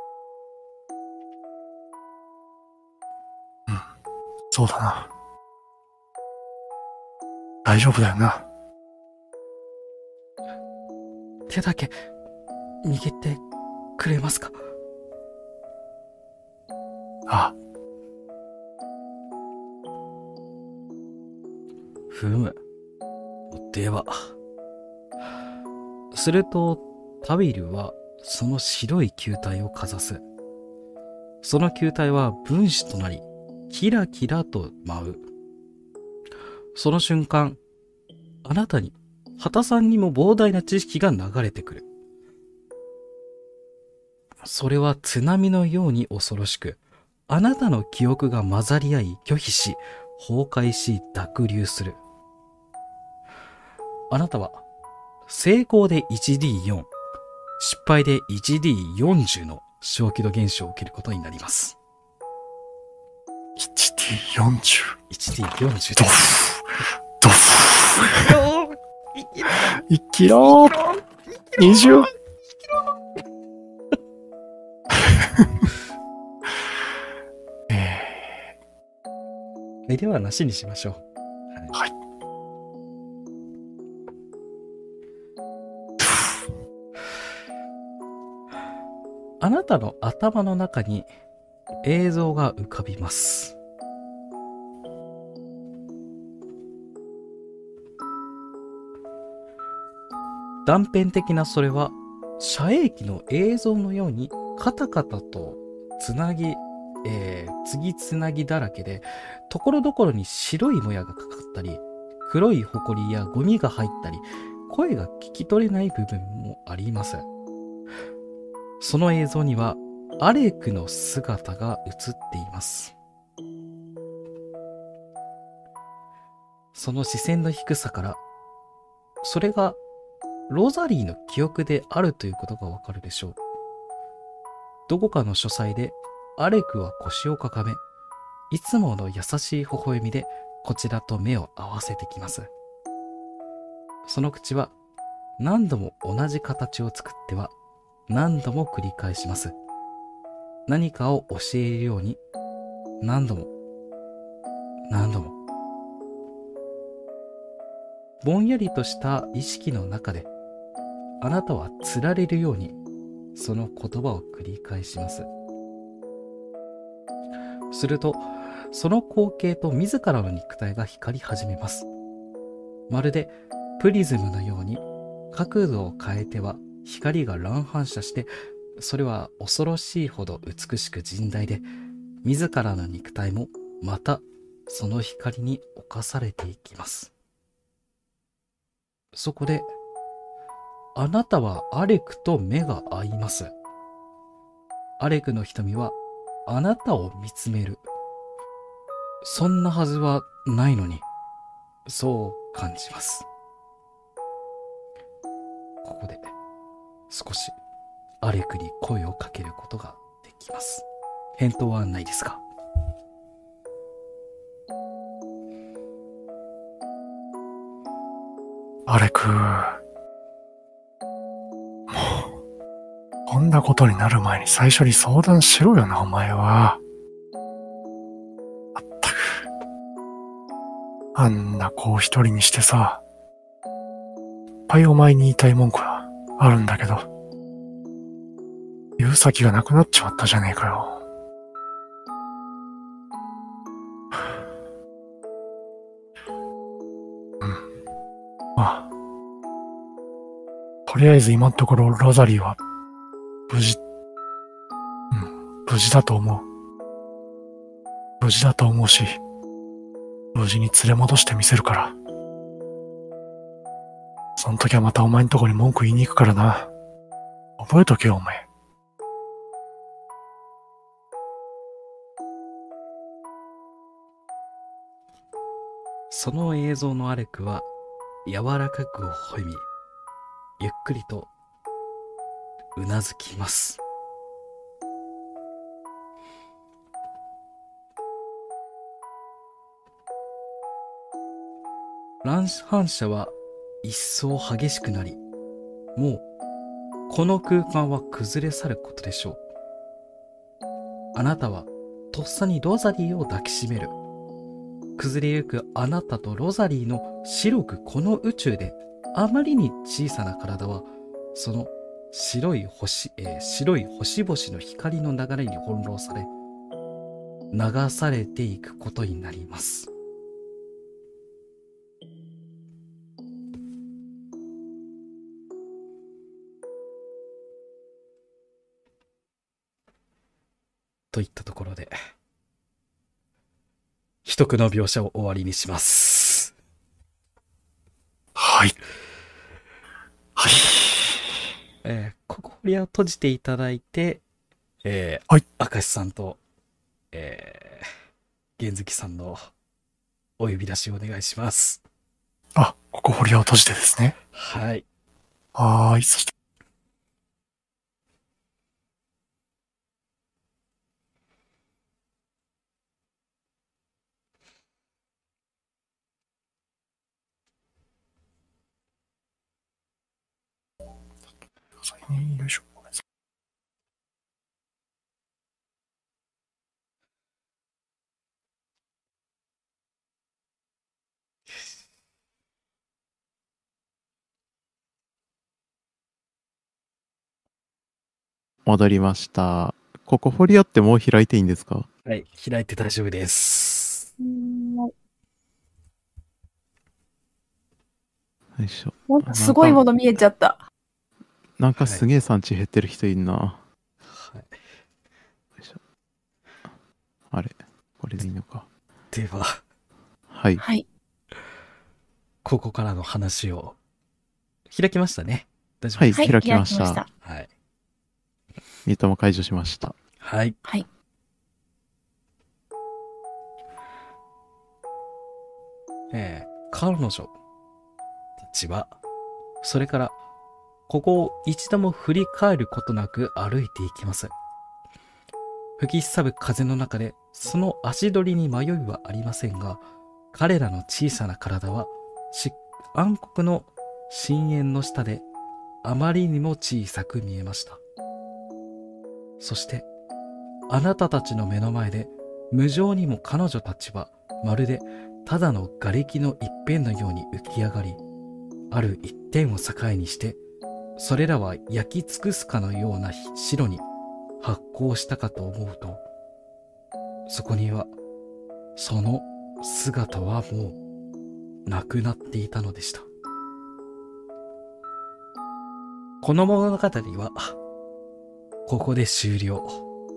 うん。そうだな。大丈夫だよな。 手だけ握ってくれますか？ ああ。 ふむ。では。すると、タビルはその白い球体をかざす。その球体は分子となり、キラキラと舞う。その瞬間、あなたに、畑さんにも膨大な知識が流れてくる。それは津波のように恐ろしく、あなたの記憶が混ざり合い拒否し、崩壊し濁流する。あなたは、成功で ワンディーフォー、失敗で ワンディーフォーゼロ の小気度現象を受けることになります。 ワンディーフォーゼロ。 ワンディーフォーゼロでドす。 フドフ生きろーにじゅうえー、ではなしにしましょう。 はい。 あなたの頭の中に映像が浮かびます。断片的なそれは遮影機の映像のようにカタカタとつなぎ、えー、次つなぎだらけで、ところどころに白いもやがかかったり、黒いホコリやゴミが入ったり、声が聞き取れない部分もあります。その映像にはアレクの姿が映っています。その視線の低さから、それがロザリーの記憶であるということがわかるでしょう。どこかの書斎でアレクは腰をかがめ、いつもの優しい微笑みでこちらと目を合わせてきます。その口は何度も同じ形を作っては何度も繰り返します。何かを教えるように何度も何度も。ぼんやりとした意識の中で、あなたはつられるようにその言葉を繰り返します。すると、その光景と自らの肉体が光り始めます。 まるでプリズムのように角度を変えては光が乱反射して、それは恐ろしいほど美しく甚大で、自らの肉体もまたその光に侵されていきます。そこで、あなたはアレクと目が合います。アレクの瞳はあなたを見つめる。そんなはずはないのに、そう感じます。ここで少しアレクに声をかけることができます。返答はないですか？ アレク、もう、こんなことになる前に最初に相談しろよな、お前は。まったく。あんな子を一人にしてさ、いっぱいお前に言いたい文句はあるんだけど、言う先がなくなっちまったじゃねえかよ。うん。まあ。とりあえず今のところロザリーは無事、うん、無事だと思う。無事だと思うし、無事に連れ戻してみせるから。その時はまたお前んとこに文句言いに行くからな。覚えとけよ、お前。 その映像のアレクは柔らかく微笑み、ゆっくりとうなずきます。乱反射は一層激しくなり、もうこの空間は崩れ去ることでしょう。あなたはとっさにロザリーを抱きしめる。崩れゆくあなたとロザリーの白くこの宇宙であまりに小さな体は、その白い星、えー、白い星々の光の流れに翻弄され、流されていくことになります。といったところで、一句の描写を終わりにします。 はい。はい。 えー、ここに閉じていただいて、えー、 はい。 明石さんと、えー、玄月さんのお呼び出しをお願いします。 あ、ここ堀を閉じてですね。 はい。 はーい。そして、よいしょ。 戻りました。ここフォリオってもう開いていいんですか？ はい。開いて大丈夫です。 うんよいしょ。 なんかすごいもの見えちゃった。 なんかすげえ産地減ってる人いんな。 はい。 よいしょ。あれ、これでいいのか。 では、 はい。 はい。 ここからの話を開きましたね。大丈夫はい、 ですか？ 開きました。 開きましたはい。 ミュートも解除しました。 はい。 はい。 えー、彼女たちは、それから、ここを一度も振り返ることなく歩いていきます。吹きすさぶ風の中で、その足取りに迷いはありませんが、彼らの小さな体は、し暗黒の深淵の下で、あまりにも小さく見えました。そして、あなたたちの目の前で、無情にも彼女たちは、まるでただの瓦礫の一片のように浮き上がり、ある一点を境にして、それらは焼き尽くすかのような白に発光したかと思うと、そこには、その姿はもう亡くなっていたのでした。この物語はここで終了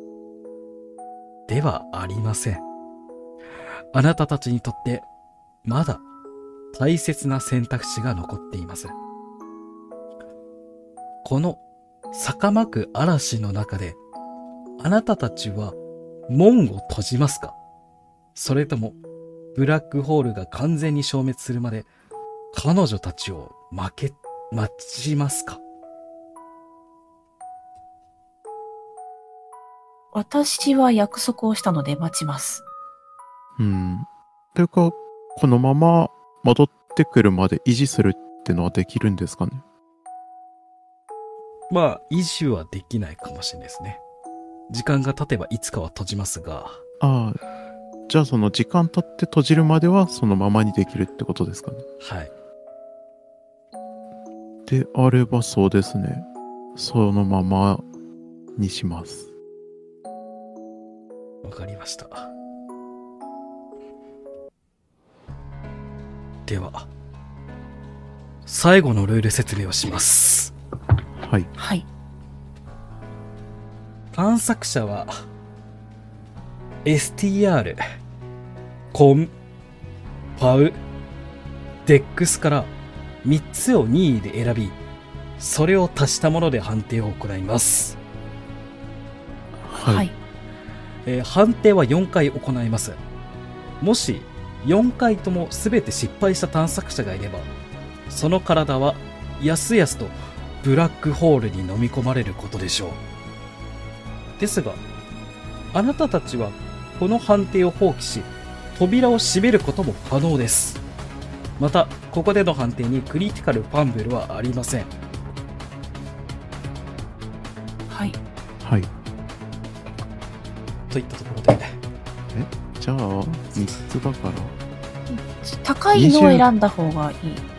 ではありません。あなたたちにとってまだ大切な選択肢が残っています。この逆まく嵐の中であなたたちは門を閉じますか？それともブラックホールが完全に消滅するまで彼女たちを負け、待ちますか？ 私は約束をしたので待ちます。 うん。というか、このまま戻ってくるまで維持するってのはできるんですかね？ まあ、維持はできないかもしれないですね。時間が経てばいつかは閉じますが。 ああ、じゃあその時間経って閉じるまではそのままにできるってことですかね？ はい。 であればそうですね。そのままにします。 わかりました。では、最後のルール説明をします。 はい。 はい。 探索者は エスティーアール、コン、パウ、デックスからみっつを任意で選び、それを足したもので判定を行います。 はい。 はい。 えー判定はよんかい行います。もしよんかいとも全て失敗した探索者がいれば、その体はやすやすとブラックホールに飲み込まれることでしょう。ですが、あなたたちはこの判定を放棄し、扉を閉めることも可能です。また、ここでの判定にクリティカルファンブルはありません。 はい。 はい。 といったところで、 じゃあみっつだから高いのを選んだ方がいい。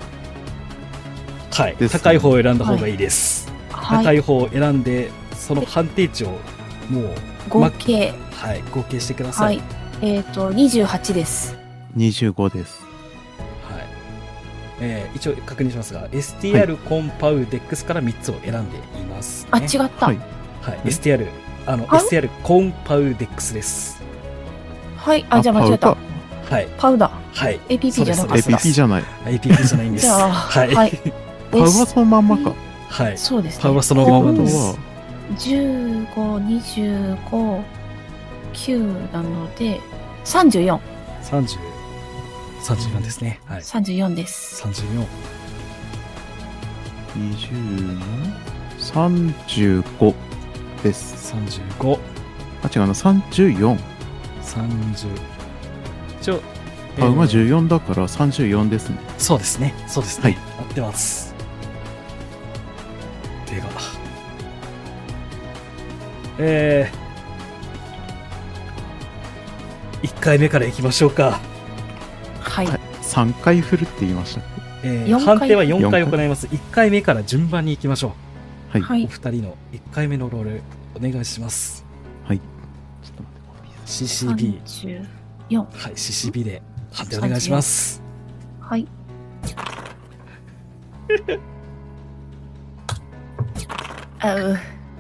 はい、 ですね高い方を選んだ方がいいです。 はい。 高い方を選んで、その判定値をもう、 合計。 はい、合計してくださ。 はいい。えっ、と、にじゅうはちです。 にじゅうごです。 はい。えー一応確認しますが、エスティーアール、コン、パウ、デックスからみっつを選んでいます、ね。 あ、違った。 はい。 はい、エスティーアール、あの、 パウエスティーアール、コン、パウ、デックスです。 はい。あ、じゃあ間違えた。 はい。 パウダー。 はい。 エーピーピー じゃなかったエーピーピー じゃない。 エーピーピー じゃないんです。 じゃあ、 はい。 はい。 パウはそのまんまか。 はい。 そうですね。 パウはそのままあとです。 はじゅうご、にじゅうご、きゅうなので、さんじゅうよん。 さんじゅう、さんじゅうよんですね。はい。 さんじゅうよんです。 さんじゅうよん。 にじゅうのさんじゅうごです。 さんじゅうご。 あ、違うな、さんじゅうよん。 さんじゅう。一応、 パウがじゅうよん。 よんだからさんじゅうよんですね。 そうですね。そうですね。 はい。 合ってます。では、えー、いっかいめからいきましょうか。 はい。 はい。さんかい振るって言いましたっえーよんかい判定はよんかいよんか行います。いっかいめから順番に行きましょけ？はい。 う。おはい。 二人のいっかいめのロール、お願いします。 はい。ちょっと待って。 シーシービー。 さんじゅうよん。 はい、シーシービー で判定お願いします。 はい。あう。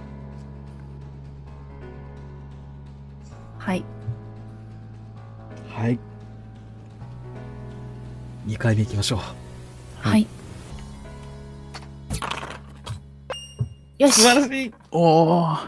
はい。 はい。にかいめ行きましょう。 はい。よし。 素晴らしい。 おー。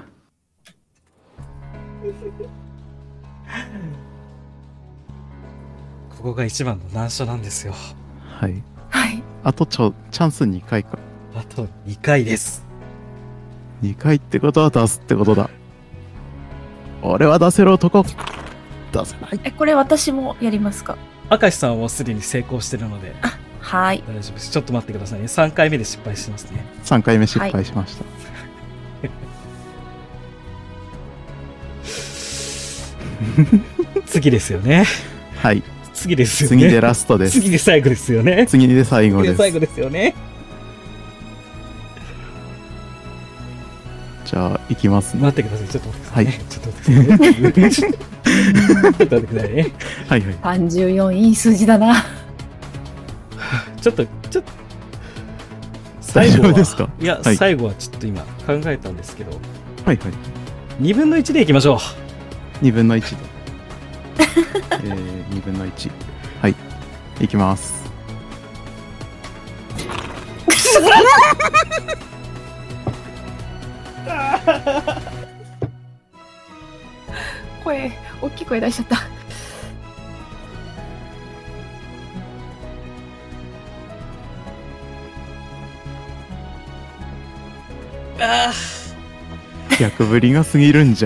ここが一番の難所なんですよ。 はい。 はい。 あとちょ、チャンスにかいか。 あとにかいです。 にかいってことは出すってことだ。俺は出せる男。出せない。 え、これ私もやりますか？ 明石さんはもうすでに成功してるのではい。 大丈夫です。ちょっと待ってくださいね。さんかいめで失敗してますね。 さんかいめ失敗しました。 次ですよね。 はい。 次ですよね。 次でラストです。 次で最後ですよね。 次で最後です。 次で最後ですよね。 じゃあ、いきますね。 待ってください。ちょっと待ってくださいね。ちょっと待ってくださいね。ちょっと待ってくださいね。 はいはい。 さんじゅうよんいい数字だな。 ちょっとちょっと大最後は丈夫ですか？ いや、 はい最後はちょっと今考えたんですけど、 はいはい。 にぶんのいちでいきましょう。 にぶんのいちで。えー、にぶんのいち。はい。いきます。 声、大きい声出しちゃった。 あ逆振りが過ぎるんじゃ。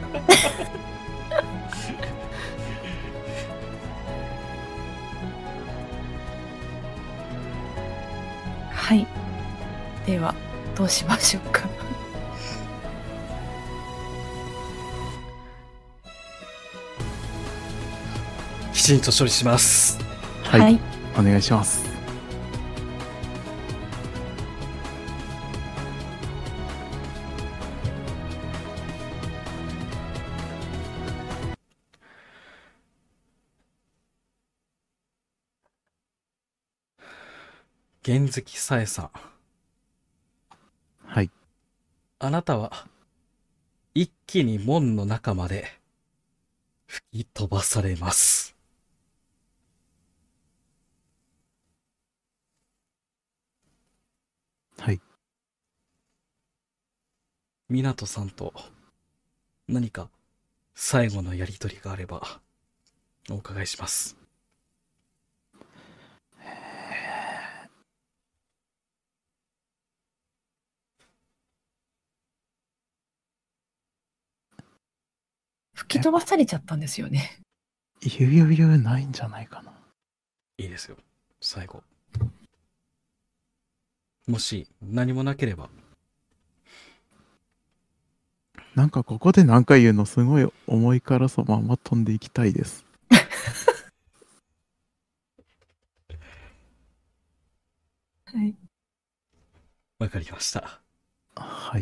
はい。では、どうしましょうか。 きちんと処理します。 はい。 はい。 お願いします。 原月さえさん、 はい。 あなたは一気に門の中まで吹き飛ばされます。 はい。 湊さんと何か最後のやりとりがあればお伺いします。 吹き飛ばされちゃったんですよね。 ゆゆゆないんじゃないかな。 いいですよ、最後。もし何もなければ。 なんかここで何か言うのすごい重いからそのまま飛んでいきたいです。 はい。 わかりました。 はい。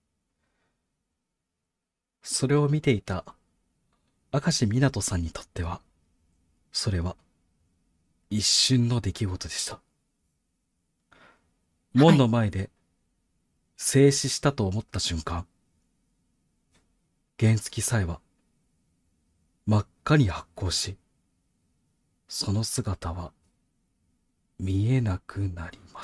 それを見ていた明石湊さんにとっては、それは一瞬の出来事でした。門の前で静止したと思った瞬間、原付さえは真っ赤に発光し、その姿は見えなくなります。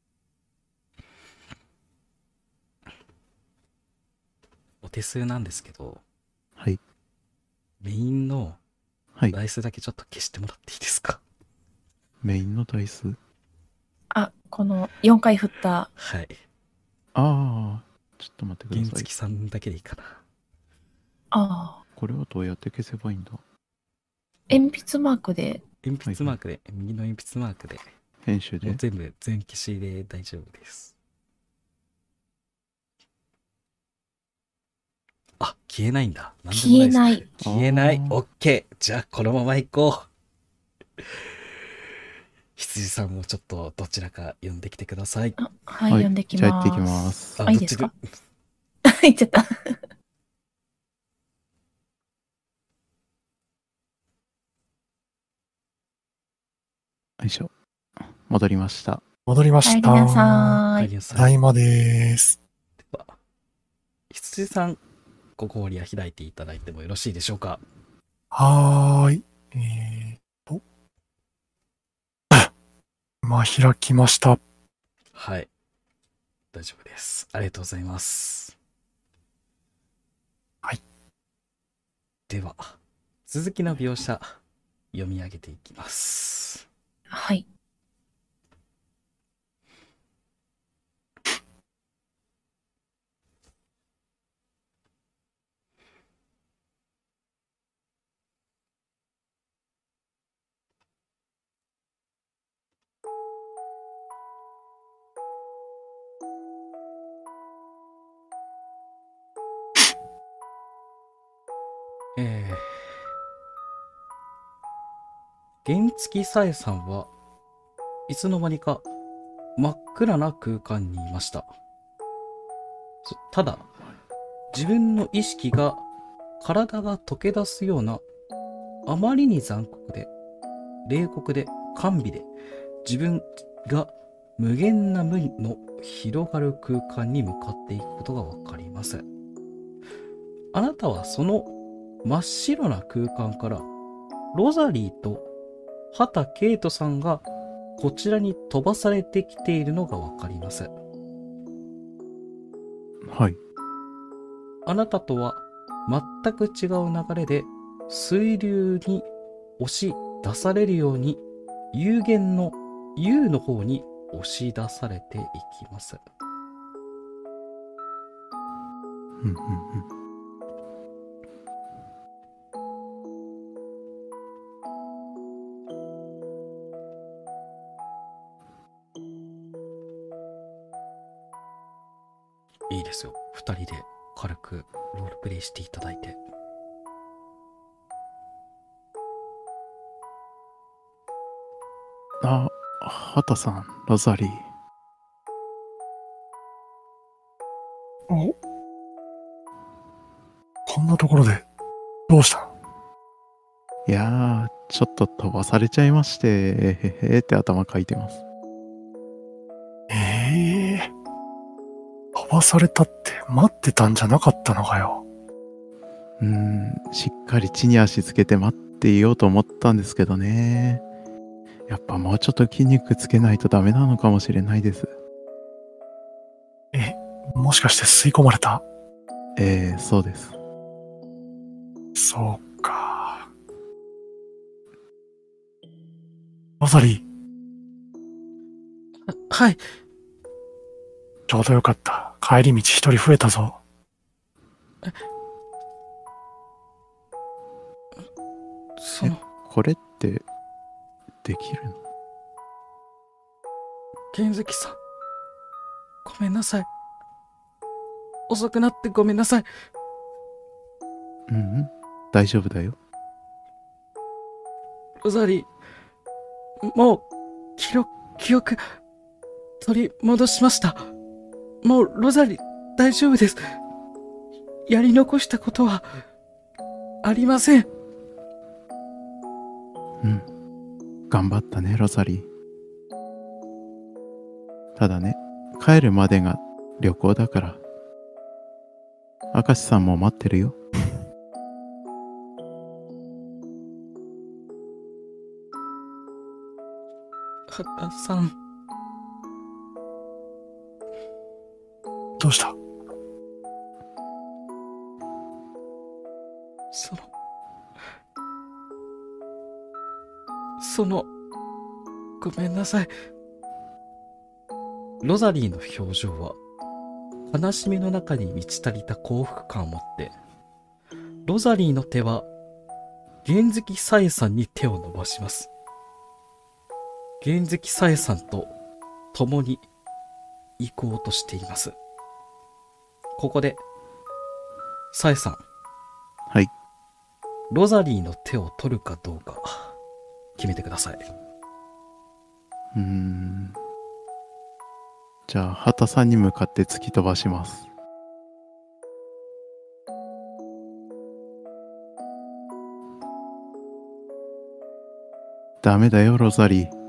お手数なんですけど、 はい。 メインのはい。 ダイスだけちょっと消してもらっていいですか？ メインのダイス。 あ、このよんかい振った。 はい。 ああ、ちょっと待ってください原付。さんだけでいいかな。 ああ。 これはどうやって消せばいいんだ？ 鉛筆マークで。 鉛筆マークで、右の鉛筆マークで、 編集で。 もう全部全消しで大丈夫です。あ、消えないんだ。なんでも消えです。 ない。 消えない。 あーオッケー。じゃあ、このまま行こう。羊さんもちょっとどちらか呼んできてください。 あ、はい、 はい読んできじゃあます。 行ってきます。 あ、いいですか？言っちゃった。 よいしょ。戻りました。 戻りました。 帰りなさーい。 帰りなさい。 ただいまです。 では、羊さん、ごコーリア開いていただいてもよろしいでしょうか？ はーい。えーと。今開きました。 はい。大丈夫です。ありがとうございます。 はい。 では、続きの描写、読み上げていきます。 はい。 えー、原付さえさんはいつの間にか真っ暗な空間にいました。そただ、自分の意識が体が溶け出すようなあまりに残酷で冷酷で甘美で自分が無限な無の広がる空間に向かっていくことがわかります。あなたはその真っ白な空間からロザリーと畑ケイトさんがこちらに飛ばされてきているのがわかります。 はい。 あなたとは全く違う流れで水流に押し出されるように有限の U の方に押し出されていきます。 うんうんうん。 いいですよ。二人で軽くロールプレイしていただいて。 あ、畑さん、ロザリー。 お、こんなところで、どうしたの？ いやー、ちょっと飛ばされちゃいまして、へへへって頭かいてます。 ええー、飛ばされたって待ってたんじゃなかったのかよ。 うーん、しっかり地に足つけて待っていようと思ったんですけどね。やっぱもうちょっと筋肉つけないとダメなのかもしれないです。 え、もしかして吸い込まれた？ ええ、そうです。 そうか。ロザリー、 はい。 ちょうどよかった。帰り道一人増えたぞ。 その、 これってできるの？ 剣月さん、ごめんなさい。遅くなってごめんなさい。 うんうん、大丈夫だよ。 ロザリー、もう記録記憶取り戻しました。もうロザリー大丈夫です。やり残したことはありません。 うん、頑張ったね、ロザリー。ただね、帰るまでが旅行だから、明石さんも待ってるよ。 畑さん、 どうした？ そのそのごめんなさい。ロザリーの表情は悲しみの中に満ち足りた幸福感を持って、ロザリーの手は玄月さえさんに手を伸ばします。玄月さえさんと共に行こうとしています。ここでさえさん、 はい。 ロザリーの手を取るかどうか決めてください。 うーん。じゃあ、畑さんに向かって突き飛ばします。ダメだよ、ロザリー。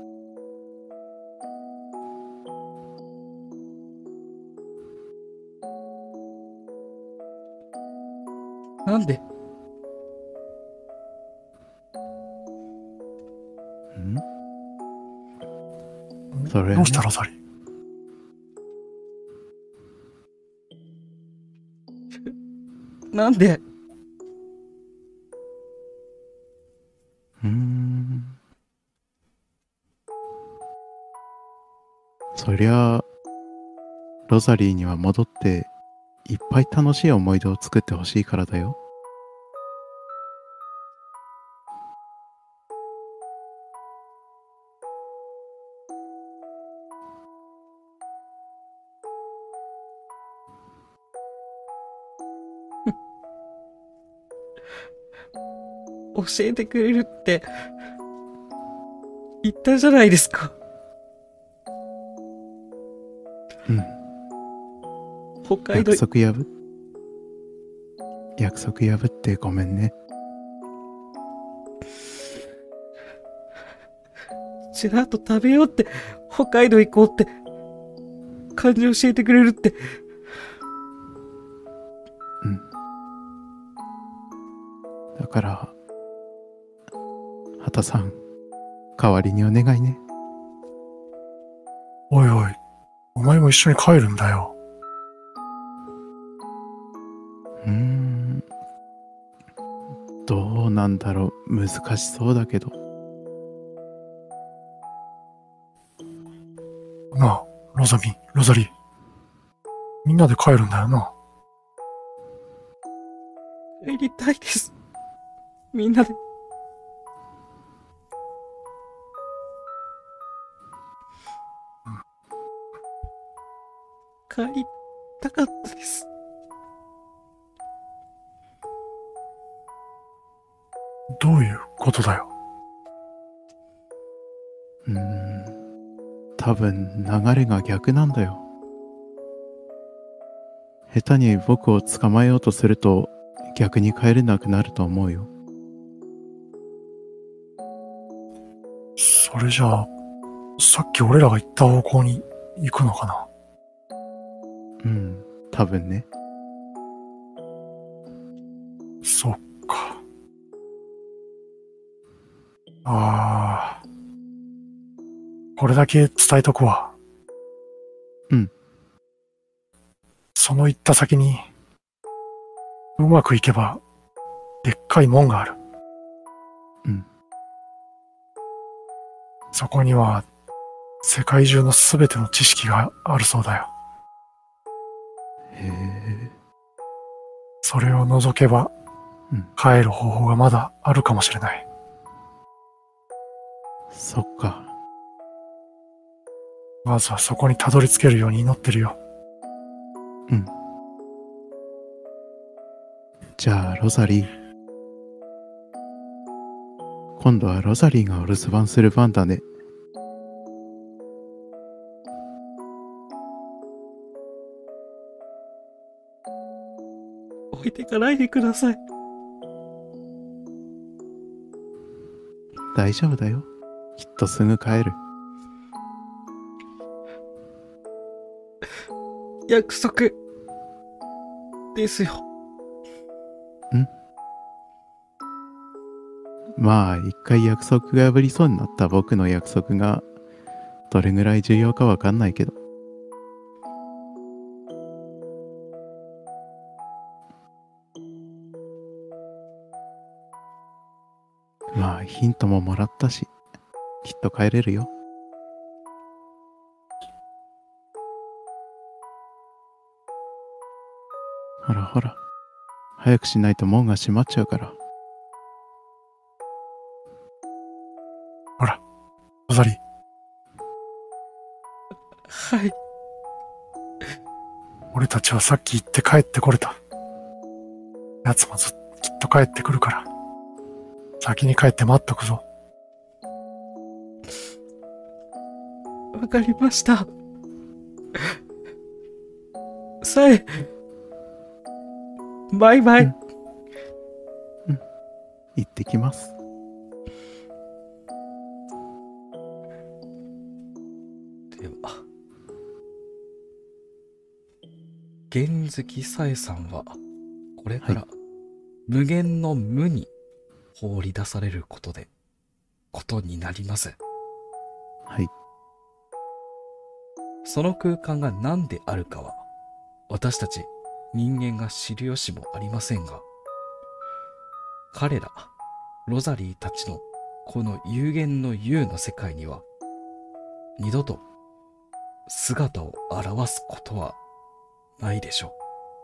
なんで？ ん？それ、ね、 どうしたロザリー？ なんで？ うーん。そりゃ、ロザリーには戻っていっぱい楽しい思い出を作ってほしいからだよ。 教えてくれるって言ったじゃないですか。 うん。 北海道、 約束破っ約束破ってごめんね。 ジェラート食べようって、北海道行こうって、漢字教えてくれるって。 うん。だから、畑さん、代わりにお願いね。 おいおい、お前も一緒に帰るんだよ。 うーん。どうなんだろう。難しそうだけど。 なあ、ロザミン、ロザリー。みんなで帰るんだよな。 帰りたいです。みんなで。帰りたかったです。 どういうことだよ。 うーん。多分流れが逆なんだよ。下手に僕を捕まえようとすると逆に帰れなくなると思うよ。 それじゃあ、さっき俺らが行った方向に行くのかな。 うん、多分ね。 そっか。ああ。これだけ伝えとくわ。 うん。 その行った先に、うまくいけば、でっかい門がある。 うん。 そこには、世界中のすべての知識があるそうだよ。 へえ。 それを除けば、 うん。 帰る方法がまだあるかもしれない。 そっか。 まずはそこにたどり着けるように祈ってるよ。 うん。じゃあ、ロザリー。今度はロザリーがお留守番する番だね。 置いてかないでください。 大丈夫だよ。きっとすぐ帰る。 約束ですよ。 ん？まあ、一回約束が破りそうになった僕の約束がどれぐらい重要かわかんないけど。まあ、ヒントももらったし、きっと帰れるよ。ほらほら、早くしないと門が閉まっちゃうから。 ほら、ロザリー。 はい。 俺たちはさっき行って帰ってこれた。奴もずっときっと帰ってくるから。先に帰って待っとくぞ。 わかりました。さえ。バイバイ。うん。 うん。行ってきます。 では、玄月さえさんは、これから、無限の無に放り出されることで、ことになります。 はい。 その空間が何であるかは、私たち人間が知る由もありませんが、彼ら、ロザリーたちのこの有限の有の世界には、二度と姿を現すことはないでしょう。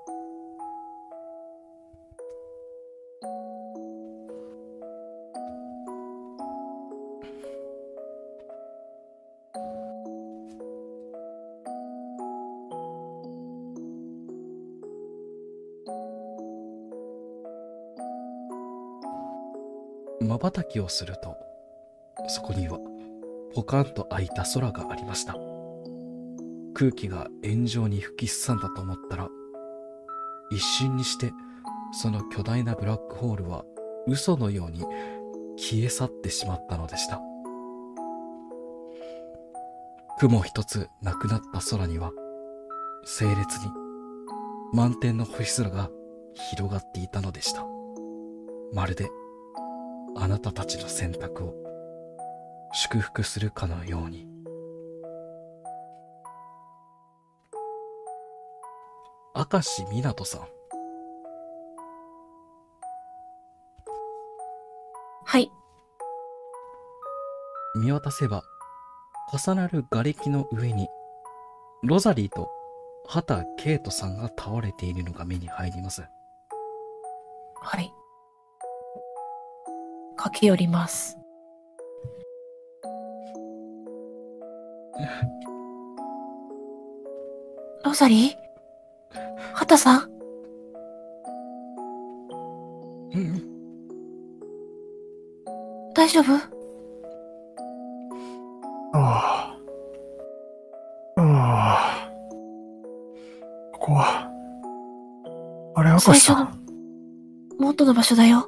瞬きをすると、そこにはポカンと開いた空がありました。空気が円状に吹きすさんだと思ったら、一瞬にしてその巨大なブラックホールは嘘のように消え去ってしまったのでした。 雲一つなくなった空には、整列に満天の星空が広がっていたのでした。まるであなたたちの選択を祝福するかのように。明石湊さん。 はい。 見渡せば重なる瓦礫の上にロザリーと畑圭人さんが倒れているのが目に入ります。 はい。駆け寄ります。ロザリー？畑さん？ うん。 大丈夫？ ああ。ああ。ここは。あれ、明石さん。 最初の、元の場所だよ。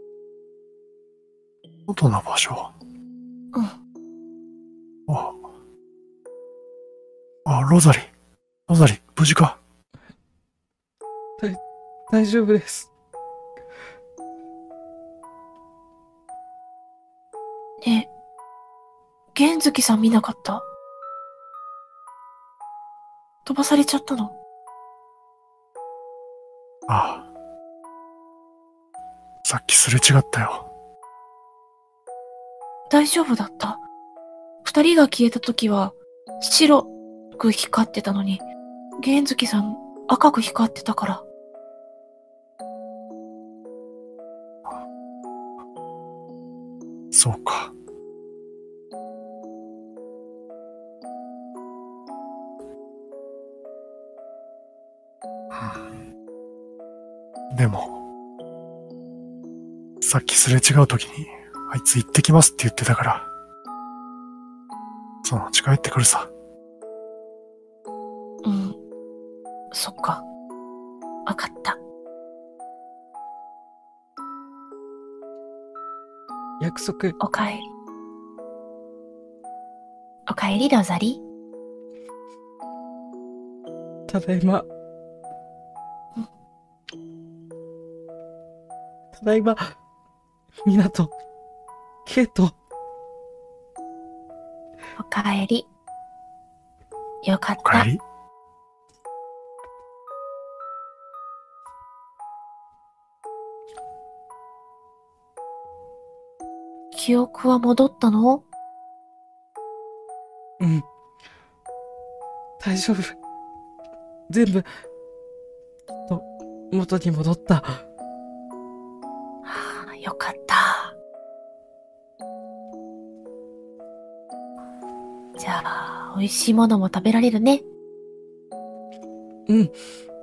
元の場所？ うん。 ああ。あ、ロザリー。ロザリー、無事か？ 大、大丈夫です。 ねえ、玄月さん見なかった？飛ばされちゃったの？ ああ。さっきすれ違ったよ。 大丈夫だった？二人が消えた時は白く光ってたのに、玄月さん赤く光ってたから。 そうか。でも、さっきすれ違う時に、あいつ行ってきますって言ってたから、そのうち帰ってくるさ。 うん。そっか。わかった。 約束。 おかえり。おかえり、ロザリー。 ただいま。ただいま、湊、圭人。 おかえり。よかった。 おかえり。 記憶は戻ったの？ うん。大丈夫。全部、きっと、元に戻った。はあ、よかった。じゃあ、美味しいものも食べられるね。 うん。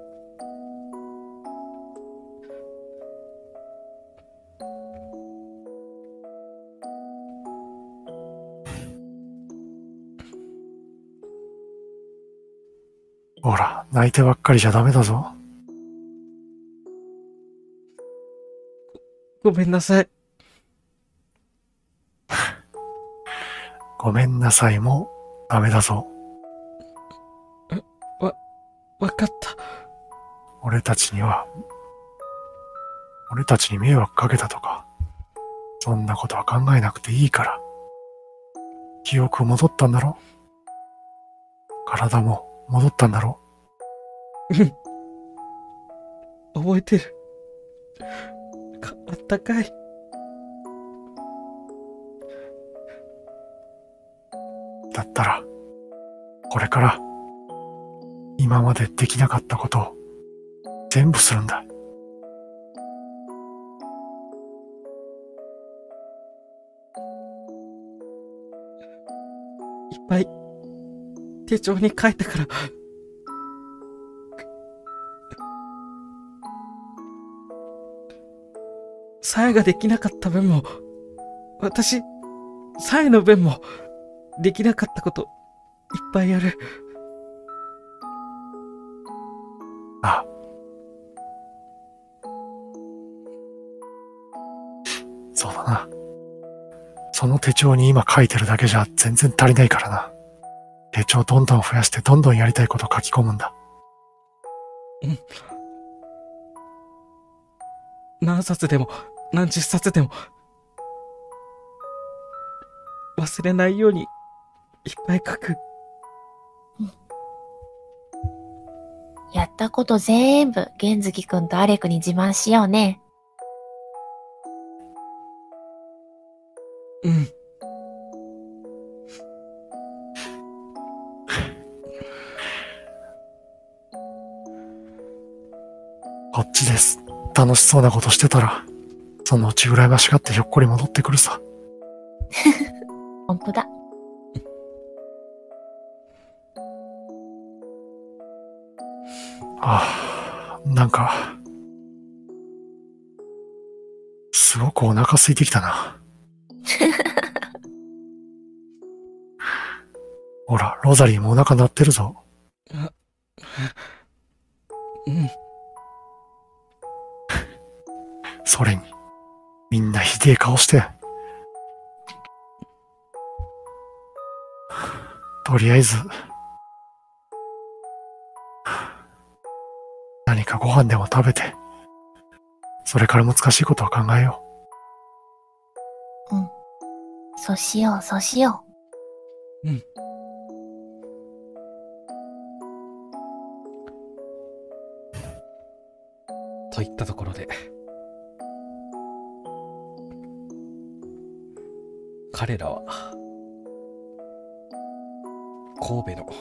ほら、泣いてばっかりじゃダメだぞ。 ごめんなさい。 ごめんなさいもダメだぞ。 わ、わかった。 俺たちには、俺たちに迷惑かけたとか、そんなことは考えなくていいから。記憶戻ったんだろ？体も戻ったんだろ？ うん。覚えてる。か、あったかい。 だったら、これから、今までできなかったことを、全部するんだ。 いっぱい、手帳に書いたから。さえができなかった分も、私、さえの分も、できなかったこと、いっぱいある。 ああ。そうだな。その手帳に今書いてるだけじゃ全然足りないからな。 手帳どんどん増やしてどんどんやりたいこと書き込むんだ。 何冊でも、何十冊でも、忘れないように、いっぱい書く。 やったこと全部、玄月くんとアレクに自慢しようね。 うん。 こっちです。楽しそうなことしてたら、そのうち羨ましがってひょっこり戻ってくるさ。 ほんとだ。 ああ、なんか、すごくお腹空いてきたな。ほら、ロザリーもお腹鳴ってるぞ。 うん。 それに、みんなひでえ顔して。とりあえず、何かご飯でも食べて、それから難しいことは考えようん。そうしよう、そうしようん。といったところで、彼らは神戸の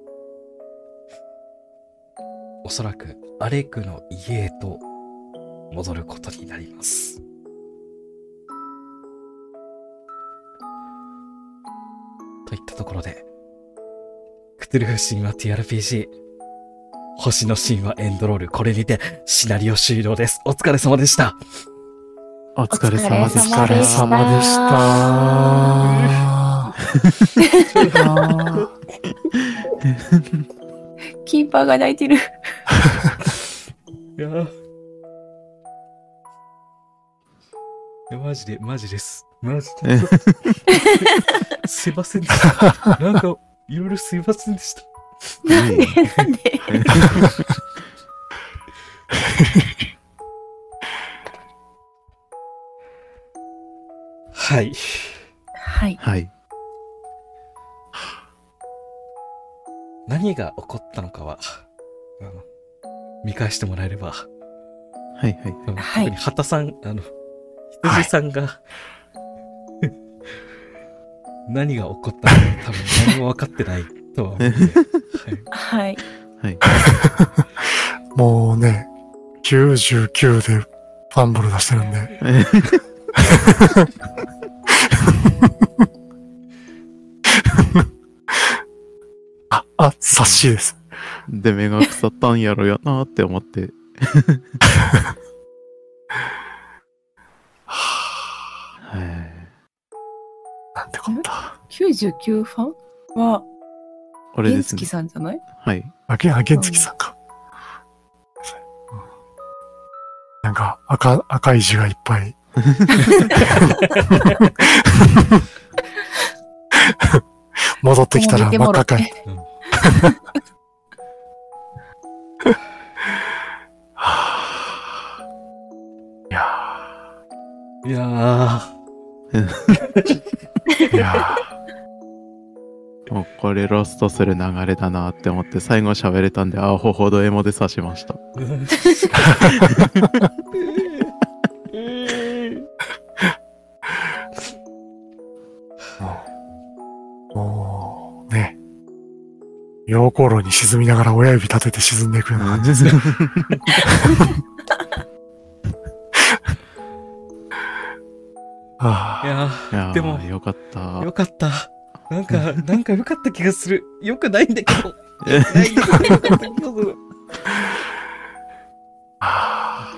おそらくアレクの家へと戻ることになります。といったところで、クトゥルフ神話 ティーアールピージー 星の神話エンドロール、これにてシナリオ終了です。お疲れ様でした。 お疲れ様でした。 う。お疲れ様でした。 キーパーが泣いてる。 いやー。いやマジで、マジです。マジで。すいませんでした。なんか、いろいろすいませんでした。 なんでなんではい。 はい。 はい。 何が起こったのかは、あの、見返してもらえれば、 はいはい。 あのはい特に畑さん、あの、羊さんが、何が起こったのか多分何も分かってないとは思うんで、はい。 はい。 はい。 もうね、きゅうじゅうきゅうでファンブル出してるんで。あ、あ、察しです。 で、目が腐ったんやろやなって思って。はい。 なんてこった。 きゅうじゅうきゅうファンは、 俺ですね玄月。さんじゃない？ はい。 あげ、あげんつきさんか。なんか赤、赤い字がいっぱい。戻ってきたら真っ赤かい。いやいやー、いやもうこれロストする流れだなって思って最後喋れたんで、あほほどエモで刺しました。 ー、もう、ね。溶鉱炉に沈みながら親指立てて沈んでいくような感じですね。あいやいやーでもよかった。 よかった。なんか、なんかよかった気がする。よくないんだけど。よくないんだけど、よかった気がする。 あ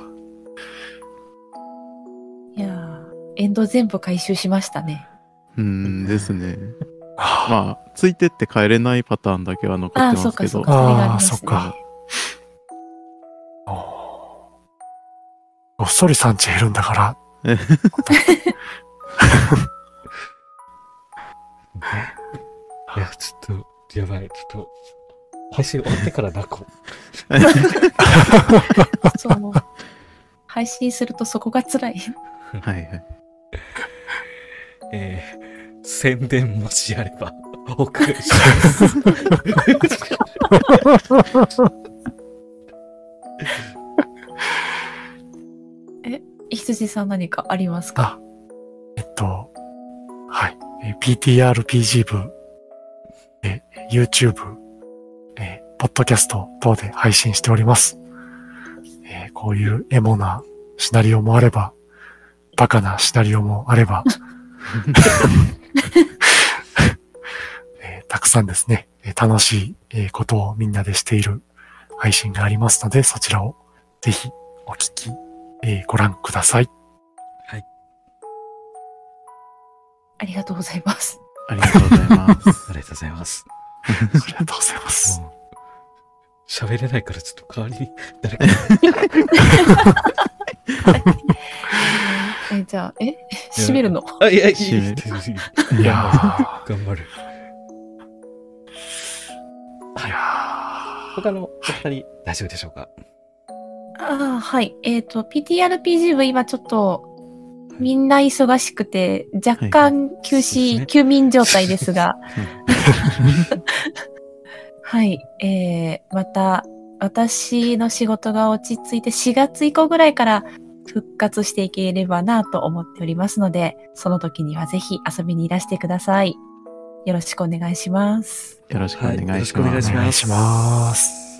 いやー、エンド全部回収しましたね。 うーんですね。 あ。 まあ、ついてって帰れないパターンだけは残ってますけど。 あーそうかそうかそれがありああ、 ますねそっか。ごっそり産地減るんだから。 いや、ちょっと、 やばい、ちょっと、配信終わってから泣こそう。配信するとそこが辛い。 はいはい。 う。えー、宣伝もしあれば、お願いします。 え、羊さん何かありますか？ あ、えっと、はい。えー ピーティーアールピージー 部、えー YouTube、えーポッドキャスト等で配信しております。えーこういうエモなシナリオもあれば、バカなシナリオもあれば、えーたくさんですね、えー楽しいえーことをみんなでしている配信がありますので、そちらをぜひお聞き、えーご覧ください。 はい。 ありがとうございます。 ありがとうございます。 ありがとうございます。 ありがとうございます。 もう喋れないからちょっと代わりに誰か。 え、じゃあ、え閉めるの？ あ、いや、いい。 締めるいやー、 頑張る。 いや他のお二人大丈夫でしょうか？ ああ、はい。えっと、ピーティーアールピージー 部今ちょっと、みんな忙しくて、若干休止、 そうですね休眠状態ですが、はい。えー、また、私の仕事が落ち着いてしがつ以降ぐらいから復活していければなと思っておりますので、その時にはぜひ遊びにいらしてください。よろしくお願いします。 よろしくお願いします。 はいよろしくお願いしー、お願いします。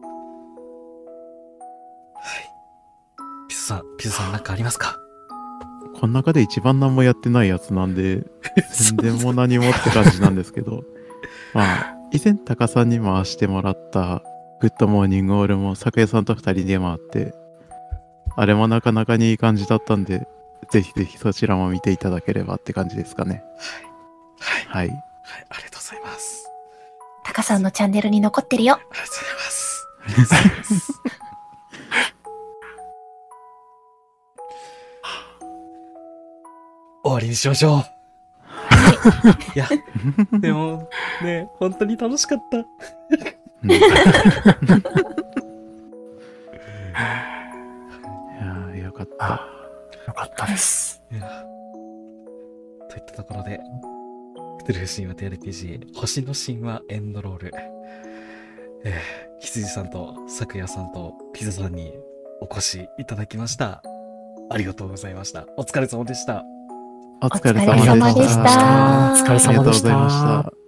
はい。ピザさん、ピザさんなんかありますか？ この中で一番何もやってないやつなんで、宣伝も何もって感じなんですけど、まあ、以前タカさんに回してもらったグッドモーニングオールも酒屋さんと二人で回って、あれもなかなかにいい感じだったんで、ぜひぜひそちらも見ていただければって感じですかね。 はい。はい。 はい。 はい。ありがとうございます。 タカさんのチャンネルに残ってるよ。 ありがとうございます。ありがとうございます。終わりにしましょう。いや、でも、ね、本当に楽しかった。 うんいやーよかった。 あ、よかったです。 いやといったところで、クトゥルフ神話 ティーアールピージー 星の神話エンドロール。えー、羊さんと咲夜さんとピザさんにお越しいただきました。ありがとうございました。お疲れ様でした。 お疲れお疲れ様でし様でしたた。 お疲れ様でしたありがとうございました。